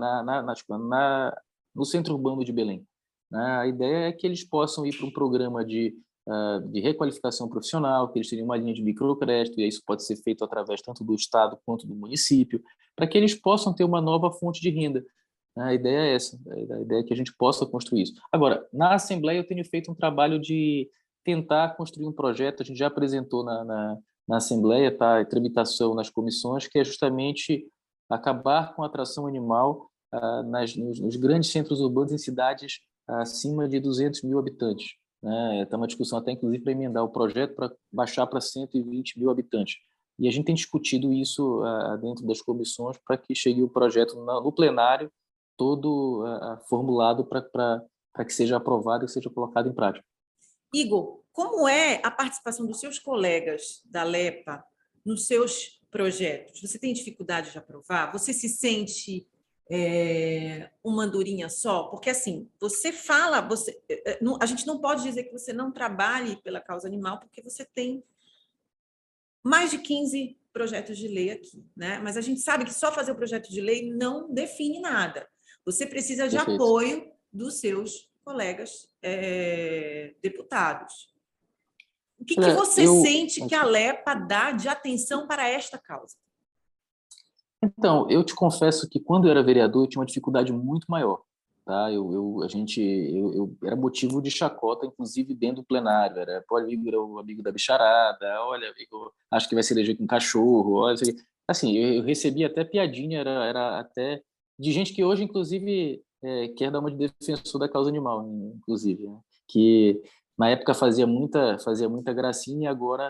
no centro urbano de Belém. A ideia é que eles possam ir para um programa de requalificação profissional, que eles tenham uma linha de microcrédito, e isso pode ser feito através tanto do Estado quanto do município, para que eles possam ter uma nova fonte de renda. A ideia é essa, a ideia é que a gente possa construir isso. Agora, na Assembleia eu tenho feito um trabalho de tentar construir um projeto, a gente já apresentou na Assembleia, está em tramitação nas comissões, que é justamente acabar com a atração animal nos grandes centros urbanos em cidades acima de 200 mil habitantes. Está uma discussão até, inclusive, para emendar o projeto para baixar para 120 mil habitantes. E a gente tem discutido isso dentro das comissões para que chegue o projeto no plenário todo formulado para que seja aprovado e seja colocado em prática. Igor, como é a participação dos seus colegas da LEPA nos seus projetos? Você tem dificuldade de aprovar? Você se sente uma andorinha só? Porque, assim, você fala... a gente não pode dizer que você não trabalhe pela causa animal, porque você tem mais de 15 projetos de lei aqui, né? Mas a gente sabe que só fazer o projeto de lei não define nada. Você precisa de Perfeito. apoio dos seus colegas deputados. O que você sente que a LEPA dá de atenção para esta causa? Então, eu te confesso que quando eu era vereador eu tinha uma dificuldade muito maior. Tá? Eu era motivo de chacota, inclusive dentro do plenário. Pô, Igor era o amigo da bicharada, olha, Igor, acho que vai se eleger com um cachorro. Olha, assim, eu recebia até piadinha, era até de gente que hoje, inclusive, quer dar uma de defensor da causa animal, inclusive, né? Que na época fazia muita gracinha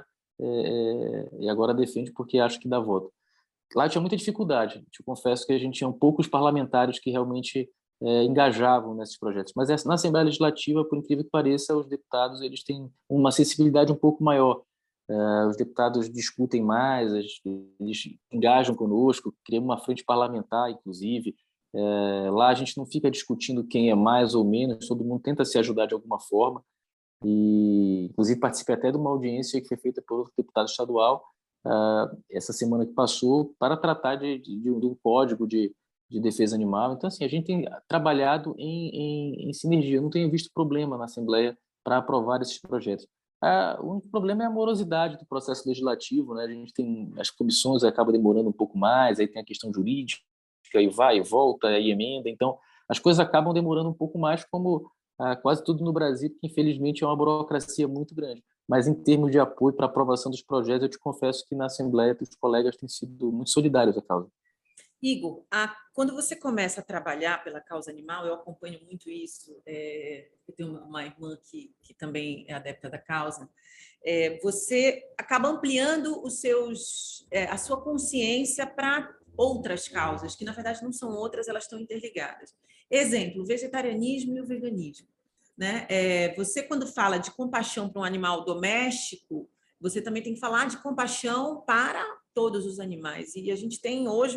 e agora defende porque acha que dá voto. Lá tinha muita dificuldade. Te confesso que a gente tinha poucos parlamentares que realmente engajavam nesses projetos. Mas na Assembleia Legislativa, por incrível que pareça, os deputados eles têm uma sensibilidade um pouco maior. Os deputados discutem mais, eles engajam conosco, criam uma frente parlamentar, inclusive. Lá a gente não fica discutindo quem é mais ou menos, todo mundo tenta se ajudar de alguma forma. E, inclusive, participei até de uma audiência que foi feita por outro deputado estadual essa semana que passou para tratar de um código de defesa animal. Então, assim, a gente tem trabalhado em sinergia. Eu não tenho visto problema na Assembleia para aprovar esses projetos. O único problema é a morosidade do processo legislativo, né? A gente tem as comissões, acaba demorando um pouco mais, aí tem a questão jurídica, aí vai e volta, aí emenda. Então, as coisas acabam demorando um pouco mais, como quase tudo no Brasil, que infelizmente é uma burocracia muito grande. Mas em termos de apoio para a aprovação dos projetos, eu te confesso que na Assembleia os colegas têm sido muito solidários à causa. Igor, quando você começa a trabalhar pela causa animal, eu acompanho muito isso, eu tenho uma irmã que também é adepta da causa, você acaba ampliando a sua consciência para outras causas, que na verdade não são outras, elas estão interligadas. Exemplo, o vegetarianismo e o veganismo. Né? Você, quando fala de compaixão para um animal doméstico, você também tem que falar de compaixão para todos os animais. E a gente tem hoje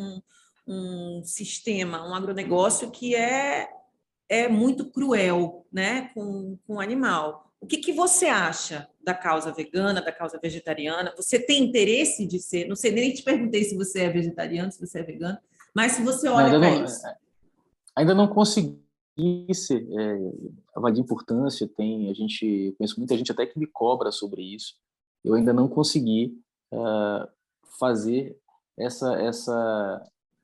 um sistema, um agronegócio que é muito cruel, né, com o animal. O que você acha da causa vegana, da causa vegetariana? Você tem interesse de ser... Não sei, nem te perguntei se você é vegetariano, se você é vegano, mas se você olha para isso. Ainda não consegui avalia a importância. Conheço muita gente até que me cobra sobre isso. Eu ainda não consegui fazer essa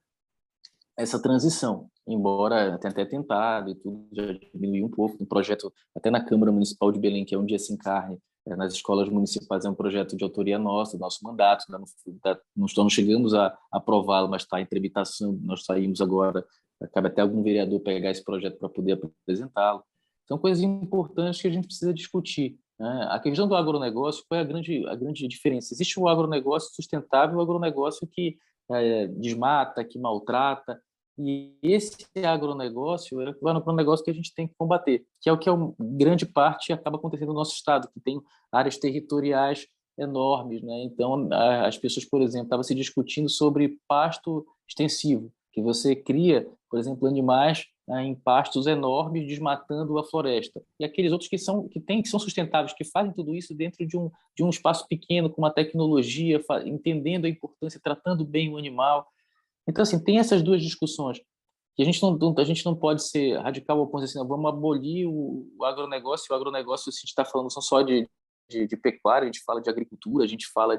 transição, embora tenha até tentado e tudo, já diminuiu um pouco. Um projeto até na Câmara Municipal de Belém, que é Um Dia Sem Carne, nas escolas municipais, é um projeto de autoria nossa, do nosso mandato. Não chegamos a aprová-lo, mas está em tramitação. Nós saímos agora, cabe até algum vereador pegar esse projeto para poder apresentá-lo. São coisas importantes que a gente precisa discutir, né? A questão do agronegócio, qual é a grande diferença? Existe o agronegócio sustentável, o agronegócio que desmata, que maltrata, e esse agronegócio é o agronegócio que a gente tem que combater, que é grande parte acaba acontecendo no nosso estado, que tem áreas territoriais enormes, né? Então, as pessoas, por exemplo, estavam se discutindo sobre pasto extensivo, que você cria, por exemplo, animais em pastos enormes, desmatando a floresta. E aqueles outros que são sustentáveis, que fazem tudo isso dentro de um espaço pequeno, com uma tecnologia, entendendo a importância, tratando bem o animal. Então, assim, tem essas duas discussões. E a gente não pode ser radical ao ponto de assim, vamos abolir o agronegócio. O agronegócio, se a gente está falando não só de pecuária, a gente fala de agricultura, a gente fala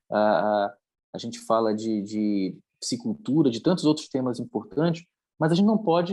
de piscicultura, de tantos outros temas importantes, mas a gente não pode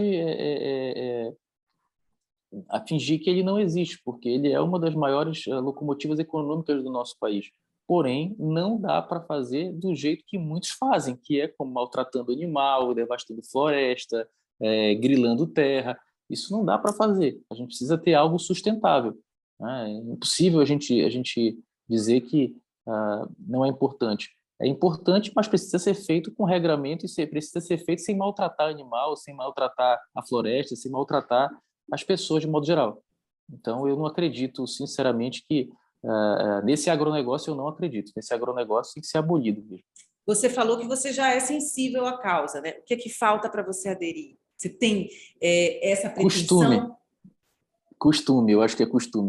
fingir que ele não existe, porque ele é uma das maiores locomotivas econômicas do nosso país. Porém, não dá para fazer do jeito que muitos fazem, que é como maltratando animal, devastando floresta, grilando terra. Isso não dá para fazer. A gente precisa ter algo sustentável, né? É impossível a gente dizer que não é importante. É importante, mas precisa ser feito com regramento e precisa ser feito sem maltratar animal, sem maltratar a floresta, sem maltratar as pessoas de modo geral. Então, eu não acredito, sinceramente, que nesse agronegócio eu não acredito. Nesse agronegócio tem que ser abolido mesmo. Você falou que você já é sensível à causa, né? O que é que falta para você aderir? Você tem essa pretensão? Costume, eu acho que é costume.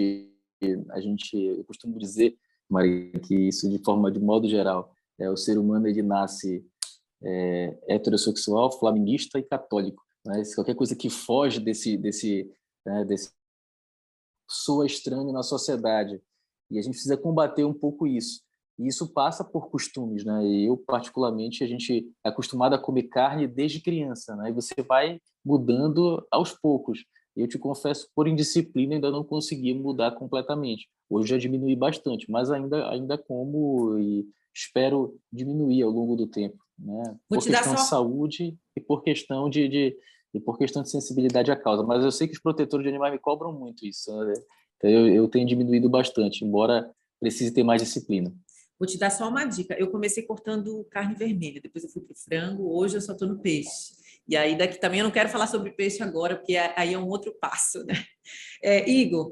Eu costumo dizer, Maria, que isso de modo geral, o ser humano ele nasce heterossexual, flamenguista e católico, né? Qualquer coisa que foge desse soa estranho na sociedade, e a gente precisa combater um pouco isso. E isso passa por costumes, né? E eu, particularmente, a gente é acostumado a comer carne desde criança, né? E você vai mudando aos poucos. Eu te confesso, por indisciplina, ainda não consegui mudar completamente. Hoje já diminui bastante, mas ainda como e espero diminuir ao longo do tempo, né? Por questão de saúde e por questão de sensibilidade à causa. Mas eu sei que os protetores de animais me cobram muito isso, né? Então eu tenho diminuído bastante, embora precise ter mais disciplina. Vou te dar só uma dica. Eu comecei cortando carne vermelha, depois eu fui para o frango, hoje eu só estou no peixe. E aí daqui também eu não quero falar sobre peixe agora, porque aí é um outro passo, né? Igor,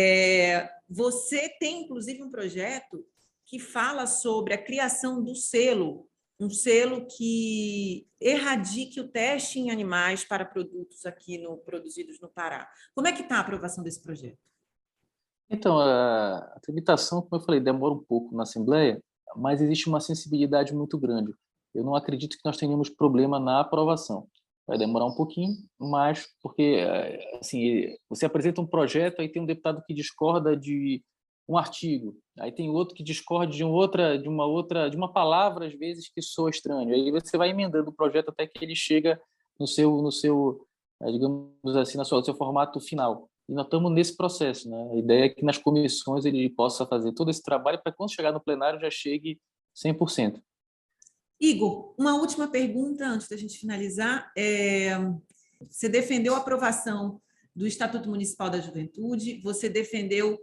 você tem inclusive um projeto que fala sobre a criação do selo, um selo que erradique o teste em animais para produtos aqui produzidos no Pará. Como é que está a aprovação desse projeto? Então, a tramitação, como eu falei, demora um pouco na Assembleia, mas existe uma sensibilidade muito grande. Eu não acredito que nós tenhamos problema na aprovação. Vai demorar um pouquinho, mas porque assim, você apresenta um projeto, aí tem um deputado que discorda de um artigo, aí tem outro que discorda de uma palavra, às vezes, que soa estranho. Aí você vai emendando o projeto até que ele chega no seu digamos assim, no seu formato final. E nós estamos nesse processo, né? A ideia é que nas comissões ele possa fazer todo esse trabalho para quando chegar no plenário já chegue 100%. Igor, uma última pergunta antes da gente finalizar. Você defendeu a aprovação do Estatuto Municipal da Juventude, você defendeu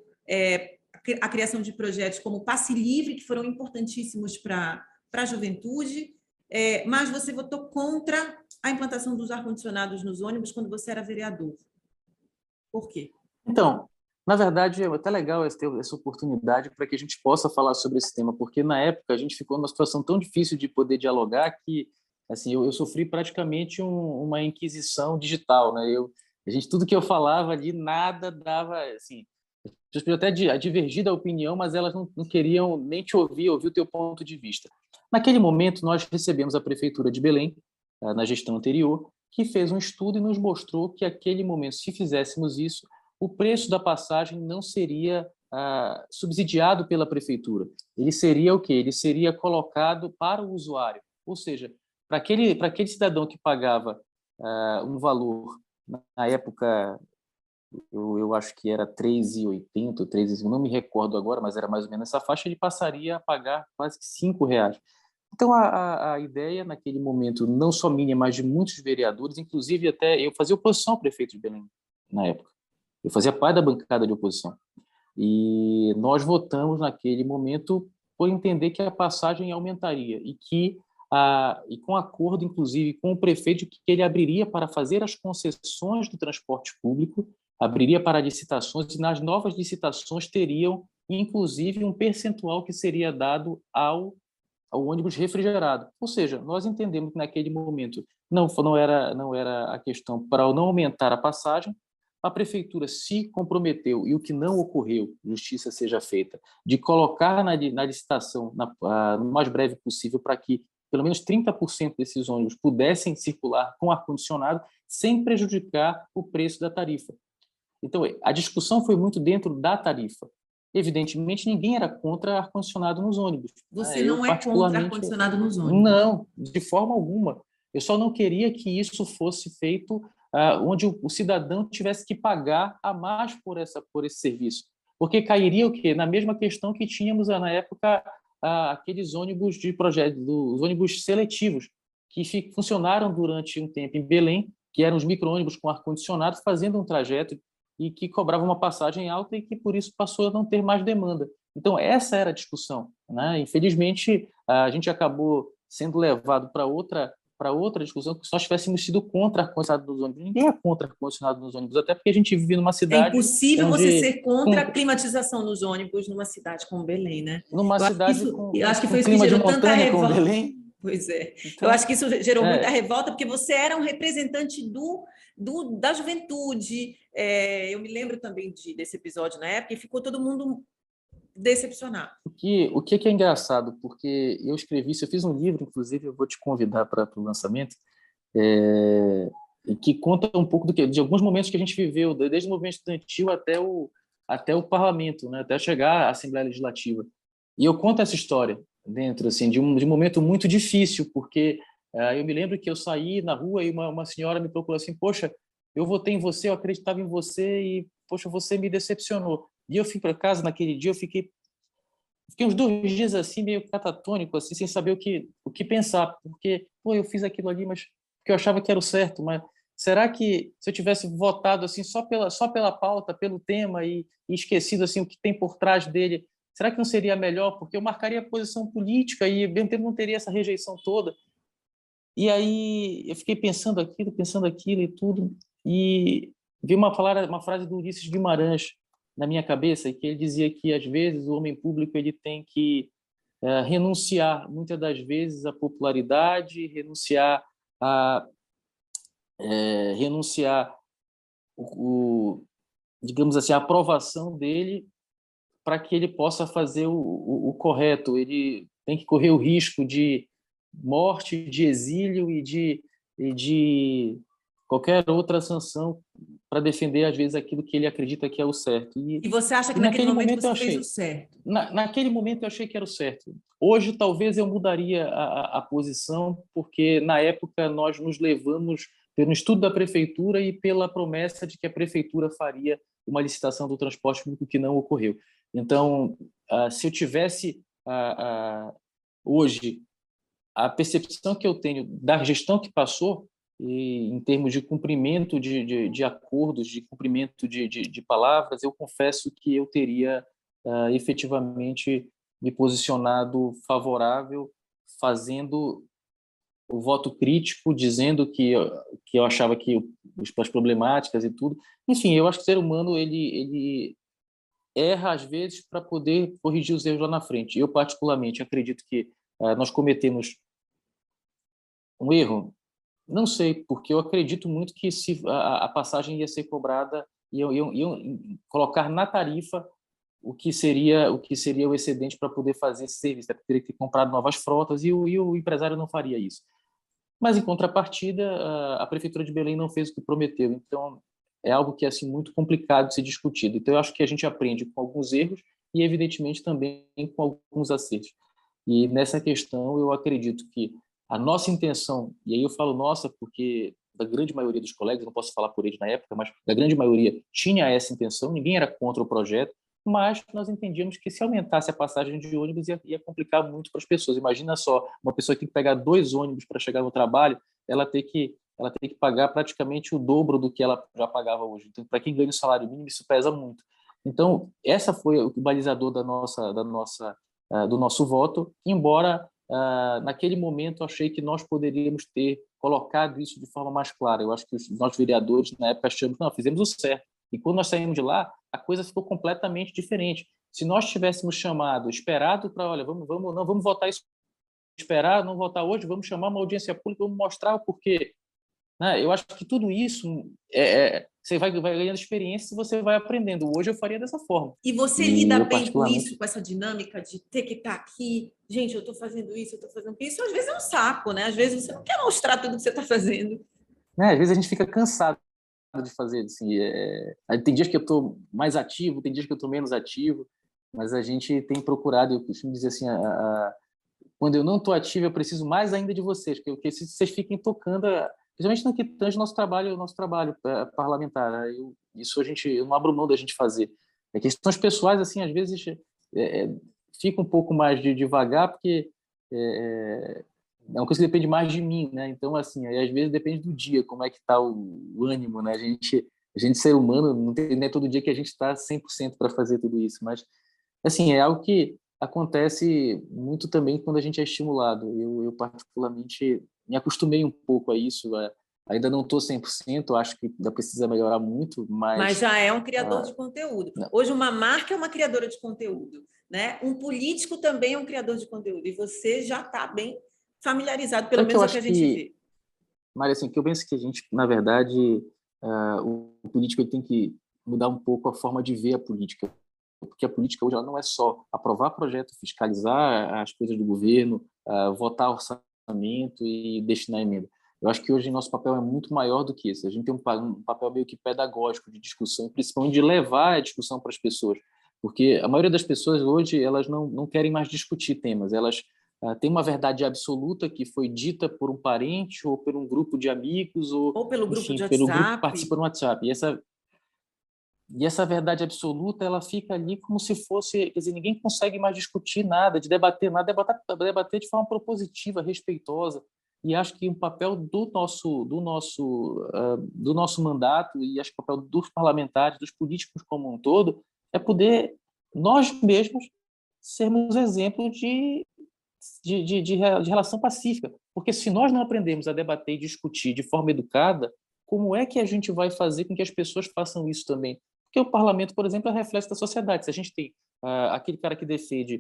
a criação de projetos como o Passe Livre, que foram importantíssimos para a juventude, mas você votou contra a implantação dos ar-condicionados nos ônibus quando você era vereador. Por quê? Então, na verdade, é até legal ter essa oportunidade para que a gente possa falar sobre esse tema, porque na época a gente ficou numa situação tão difícil de poder dialogar que assim, eu sofri praticamente uma inquisição digital, né? Tudo que eu falava ali, nada dava, assim, as pessoas podiam até divergir da opinião, mas elas não queriam nem te ouvir o teu ponto de vista. Naquele momento, nós recebemos a Prefeitura de Belém, na gestão anterior, que fez um estudo e nos mostrou que, naquele momento, se fizéssemos isso, o preço da passagem não seria subsidiado pela prefeitura. Ele seria o quê? Ele seria colocado para o usuário. Ou seja, para aquele cidadão que pagava um valor, na época, eu acho que era R$ 3,80, não me recordo agora, mas era mais ou menos essa faixa, ele passaria a pagar quase que R$ 5. Então, a ideia, naquele momento, não só minha, mas de muitos vereadores, inclusive até eu fazia oposição ao prefeito de Belém, na época. Eu fazia parte da bancada de oposição. E nós votamos, naquele momento, por entender que a passagem aumentaria e com acordo, inclusive, com o prefeito, que ele abriria para fazer as concessões do transporte público, abriria para licitações, e nas novas licitações teriam, inclusive, um percentual que seria dado ao ao ônibus refrigerado. Ou seja, nós entendemos que naquele momento não era a questão para não aumentar a passagem, a prefeitura se comprometeu, e o que não ocorreu, justiça seja feita, de colocar na licitação no mais breve possível para que pelo menos 30% desses ônibus pudessem circular com ar-condicionado sem prejudicar o preço da tarifa. Então, a discussão foi muito dentro da tarifa. Evidentemente, ninguém era contra ar-condicionado nos ônibus. Você Eu, não é contra particularmente, ar-condicionado nos ônibus? não, de forma alguma. Eu só não queria que isso fosse feito onde o cidadão tivesse que pagar a mais por esse serviço. Porque cairia o quê? Na mesma questão que tínhamos na época aqueles ônibus de projeto, os ônibus seletivos, que funcionaram durante um tempo em Belém, que eram os micro-ônibus com ar-condicionado, fazendo um trajeto e que cobrava uma passagem alta e que, por isso, passou a não ter mais demanda. Então, essa era a discussão, né? Infelizmente, a gente acabou sendo levado para outra discussão, que se nós tivéssemos sido contra ar-condicionado nos ônibus. Ninguém é contra ar-condicionado nos ônibus, até porque a gente vive numa É cidade impossível onde, você ser contra a climatização nos ônibus numa cidade como Belém, né? numa cidade Eu acho que foi com isso que clima de gerou tanta montanha como revolta. Belém. Pois é. Então, Eu acho que isso gerou muita é, revolta, porque você era um representante da juventude. Eu me lembro também desse episódio na época, e ficou todo mundo decepcionado. o que é engraçado, porque eu escrevi isso, eu fiz um livro, inclusive, eu vou te convidar para o lançamento, e que conta um pouco de alguns momentos que a gente viveu, desde o movimento estudantil até o parlamento, né, até chegar à Assembleia Legislativa. E eu conto essa história dentro assim, de um momento muito difícil, porque eu me lembro que eu saí na rua e uma senhora me procurou assim: poxa, eu votei em você, eu acreditava em você e, poxa, você me decepcionou. E eu fui para casa naquele dia, eu fiquei uns 2 dias assim, meio catatônico, assim, sem saber o que pensar, porque, pô, eu fiz aquilo ali, mas porque eu achava que era o certo, mas será que se eu tivesse votado assim só pela pauta, pelo tema e esquecido assim o que tem por trás dele, será que não seria melhor? Porque eu marcaria a posição política e, ao mesmo tempo, não teria essa rejeição toda. E aí eu fiquei pensando aquilo e tudo, e vi uma frase do Ulisses Guimarães na minha cabeça, que ele dizia que, às vezes, o homem público ele tem que renunciar, muitas das vezes, à popularidade, a renunciar digamos assim, a aprovação dele para que ele possa fazer o correto. Ele tem que correr o risco de morte, de exílio e de qualquer outra sanção para defender, às vezes, aquilo que ele acredita que é o certo. E você acha que e naquele momento eu você fez achei, o certo? naquele momento eu achei que era o certo. Hoje, talvez eu mudaria a posição, porque na época nós nos levamos pelo estudo da prefeitura e pela promessa de que a prefeitura faria uma licitação do transporte público, que não ocorreu. Então, se eu tivesse hoje a percepção que eu tenho da gestão que passou, e em termos de cumprimento de acordos, de cumprimento de palavras, eu confesso que eu teria efetivamente me posicionado favorável, fazendo o voto crítico, dizendo que eu achava que as problemáticas e tudo. Enfim, eu acho que o ser humano ele erra às vezes para poder corrigir os erros lá na frente. Eu, particularmente, acredito que nós cometemos um erro. Não sei, porque eu acredito muito que se a passagem ia ser cobrada e iam colocar na tarifa o que seria o excedente para poder fazer esse serviço. Teria que ter comprado novas frotas e o empresário não faria isso. Mas, em contrapartida, a Prefeitura de Belém não fez o que prometeu. Então, é algo que é assim, muito complicado de ser discutido. Então, eu acho que a gente aprende com alguns erros e, evidentemente, também com alguns acertos. E, nessa questão, eu acredito que a nossa intenção, e aí eu falo nossa porque da grande maioria dos colegas, não posso falar por eles na época, mas da grande maioria tinha essa intenção, ninguém era contra o projeto, mas nós entendíamos que se aumentasse a passagem de ônibus ia complicar muito para as pessoas. Imagina só, uma pessoa que tem que pegar 2 ônibus para chegar no trabalho, ela tem que pagar praticamente o dobro do que ela já pagava hoje. Então, para quem ganha o salário mínimo, isso pesa muito. Então, essa foi o balizador do nosso voto, embora naquele momento achei que nós poderíamos ter colocado isso de forma mais clara. Eu acho que nós vereadores, na época, achamos que não, fizemos o certo. E quando nós saímos de lá, a coisa ficou completamente diferente. Se nós tivéssemos esperado para, olha, vamos votar isso esperar, não votar hoje, vamos chamar uma audiência pública, vamos mostrar o porquê. Né? Eu acho que tudo isso você vai ganhando experiência e você vai aprendendo. Hoje eu faria dessa forma. E você E lida eu, bem com particularmente, isso, com essa dinâmica de ter que estar aqui? Gente, eu estou fazendo isso, eu estou fazendo isso. Às vezes é um saco, né? Às vezes você não quer mostrar tudo que você está fazendo. né, às vezes a gente fica cansado de fazer. Assim, tem dias que eu estou mais ativo, tem dias que eu estou menos ativo, mas a gente tem procurado, eu costumo dizer assim, quando eu não estou ativo, eu preciso mais ainda de vocês, porque se vocês fiquem tocando, principalmente no que tange nosso trabalho parlamentar, né? Isso eu não abro mão da gente fazer. Questões pessoais, assim, às vezes fica um pouco mais devagar, porque é uma coisa que depende mais de mim, né? Então, assim, aí, às vezes depende do dia, como é que está o ânimo, né? A gente, ser humano, não é todo dia que a gente está 100% para fazer tudo isso, mas, assim, é algo que acontece muito também quando a gente é estimulado. Eu particularmente, me acostumei um pouco a isso, ainda não estou 100%, acho que ainda precisa melhorar muito, Mas já é um criador ah, de conteúdo. não. Hoje, uma marca é uma criadora de conteúdo, né? Um político também é um criador de conteúdo. E você já está bem familiarizado, pelo Sabe que eu menos é o que acho a gente que, vê. Mário, assim, que eu penso que a gente, na verdade, o político ele tem que mudar um pouco a forma de ver a política, porque a política hoje ela não é só aprovar projeto, fiscalizar as coisas do governo, votar orçamento e destinar emenda. Eu acho que hoje nosso papel é muito maior do que isso. A gente tem um papel meio que pedagógico de discussão, principalmente de levar a discussão para as pessoas, porque a maioria das pessoas hoje elas não querem mais discutir temas, elas têm uma verdade absoluta que foi dita por um parente ou por um grupo de amigos ou, Ou pelo grupo enfim, de pelo grupo que participa WhatsApp. no WhatsApp. E essa verdade absoluta, ela fica ali como se fosse, quer dizer, ninguém consegue mais discutir nada, de debater nada, debater de forma propositiva, respeitosa. E acho que um papel do nosso mandato e acho que o papel dos parlamentares, dos políticos como um todo, é poder nós mesmos sermos exemplo de relação pacífica. Porque se nós não aprendemos a debater e discutir de forma educada, como é que a gente vai fazer com que as pessoas façam isso também? Porque o parlamento, por exemplo, é reflexo da sociedade. Se a gente tem aquele cara que defende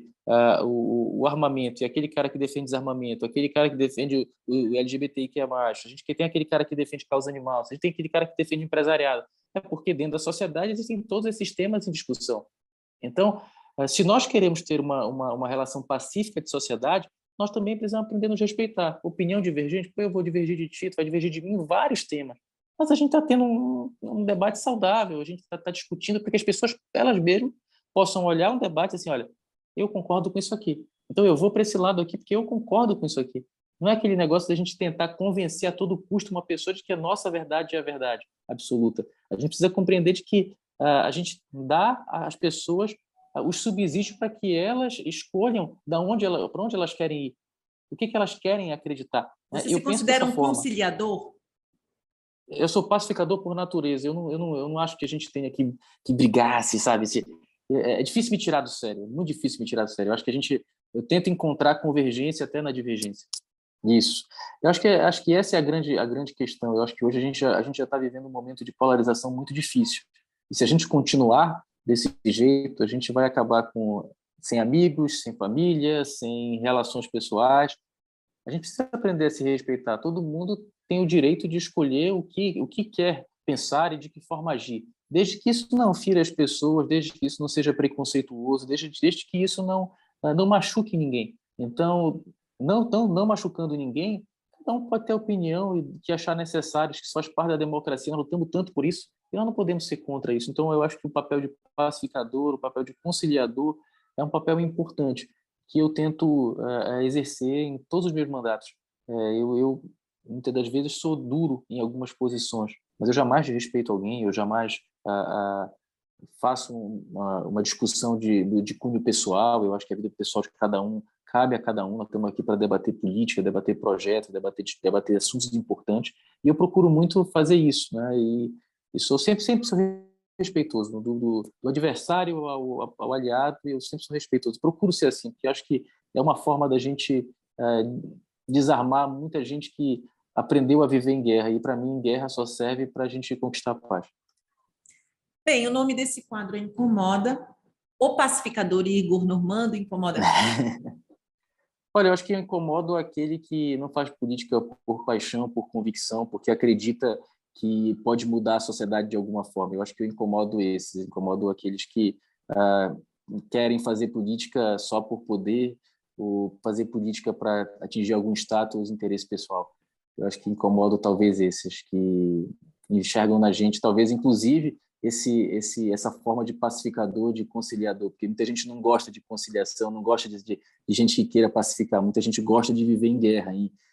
o armamento e aquele cara que defende desarmamento, aquele cara que defende o LGBTIQ+, a gente tem aquele cara que defende causa animal, a gente tem aquele cara que defende empresariado. É porque dentro da sociedade existem todos esses temas em discussão. Então, se nós queremos ter uma relação pacífica de sociedade, nós também precisamos aprender a nos respeitar. Opinião divergente, eu vou divergir de ti, tu vai divergir de mim em vários temas. Mas a gente está tendo um debate saudável, a gente está discutindo para que as pessoas, elas mesmas, possam olhar um debate assim, olha, eu concordo com isso aqui. Então eu vou para esse lado aqui porque eu concordo com isso aqui. Não é aquele negócio da gente tentar convencer a todo custo uma pessoa de que a nossa verdade é a verdade absoluta. A gente precisa compreender de que a gente dá às pessoas os subsídios para que elas escolham para onde elas querem ir, o que elas querem acreditar. Você Eu se penso considera dessa um forma. conciliador? Eu sou pacificador por natureza. Eu não acho que a gente tenha que brigar, sabe? É difícil me tirar do sério, é muito difícil me tirar do sério. Eu acho que eu tento encontrar convergência até na divergência. Isso. Eu acho que essa é a grande questão. Eu acho que hoje a gente já está vivendo um momento de polarização muito difícil. E se a gente continuar desse jeito, a gente vai acabar sem amigos, sem família, sem relações pessoais. A gente precisa aprender a se respeitar. Todo mundo tem o direito de escolher o que quer pensar e de que forma agir, desde que isso não fira as pessoas, desde que isso não seja preconceituoso, desde que isso não machuque ninguém. Então, não machucando ninguém, cada um pode ter opinião e que achar necessário, que isso faz parte da democracia. Nós lutamos tanto por isso e nós não podemos ser contra isso. Então, eu acho que o papel de pacificador, o papel de conciliador é um papel importante que eu tento exercer em todos os meus mandatos. Eu muitas das vezes sou duro em algumas posições, mas eu jamais respeito alguém, eu jamais faço uma discussão de cunho pessoal. Eu acho que a vida pessoal de cada um cabe a cada um. Nós estamos aqui para debater política, debater projetos, debater assuntos importantes, e eu procuro muito fazer isso, né? E sou sempre sou respeitoso do adversário ao aliado. Eu sempre sou respeitoso, procuro ser assim, porque acho que é uma forma da gente desarmar muita gente que aprendeu a viver em guerra, e para mim guerra só serve para a gente conquistar a paz. Bem, o nome desse quadro é Incomoda. O pacificador Igor Normando incomoda. Olha, eu acho que eu incomodo aquele que não faz política por paixão, por convicção, porque acredita que pode mudar a sociedade de alguma forma. Eu acho que eu incomodo aqueles que ah, querem fazer política só por poder ou fazer política para atingir algum status, interesse pessoal. Eu acho que incomodo talvez esses que enxergam na gente, talvez inclusive essa forma de pacificador, de conciliador, porque muita gente não gosta de conciliação, não gosta de gente que queira pacificar, muita gente gosta de viver em guerra,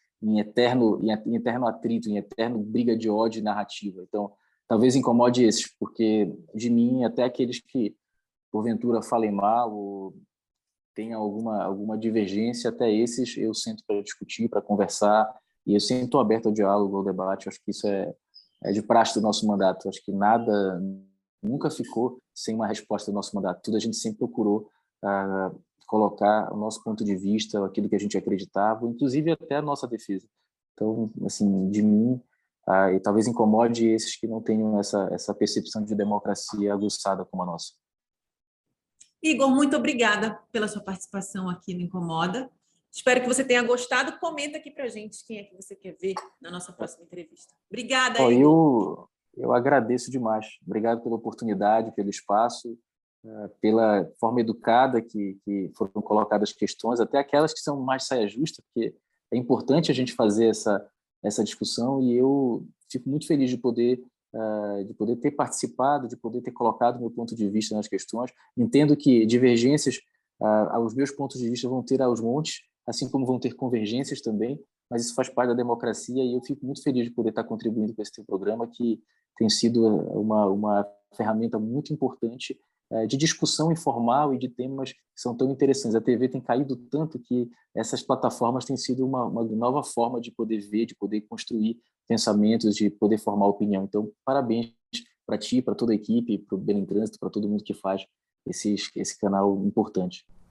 em eterno atrito, em eterno briga de ódio e narrativa. Então, talvez incomode esses, porque de mim, até aqueles que porventura falem mal ou tenham alguma divergência, até esses eu sento para discutir, para conversar, e eu sempre estou aberto ao diálogo, ao debate. Eu acho que isso é de praxe do nosso mandato. Eu acho que nada nunca ficou sem uma resposta do nosso mandato. Tudo a gente sempre procurou colocar o nosso ponto de vista, aquilo que a gente acreditava, inclusive até a nossa defesa. Então, assim, de mim, e talvez incomode esses que não tenham essa percepção de democracia aguçada como a nossa. Igor, muito obrigada pela sua participação aqui no Incomoda. Espero que você tenha gostado. Comenta aqui para a gente quem é que você quer ver na nossa próxima entrevista. Obrigada, Igor. Eu agradeço demais. Obrigado pela oportunidade, pelo espaço, pela forma educada que foram colocadas as questões, até aquelas que são mais saia justa, porque é importante a gente fazer essa discussão, e eu fico muito feliz de poder ter participado, de poder ter colocado meu ponto de vista nas questões. Entendo que divergências, os meus pontos de vista vão ter aos montes, assim como vão ter convergências também, mas isso faz parte da democracia, e eu fico muito feliz de poder estar contribuindo com esse teu programa, que tem sido uma ferramenta muito importante de discussão informal e de temas que são tão interessantes. A TV tem caído tanto que essas plataformas têm sido uma nova forma de poder ver, de poder construir pensamentos, de poder formar opinião. Então, parabéns para ti, para toda a equipe, para o Belém Trânsito, para todo mundo que faz esse canal importante.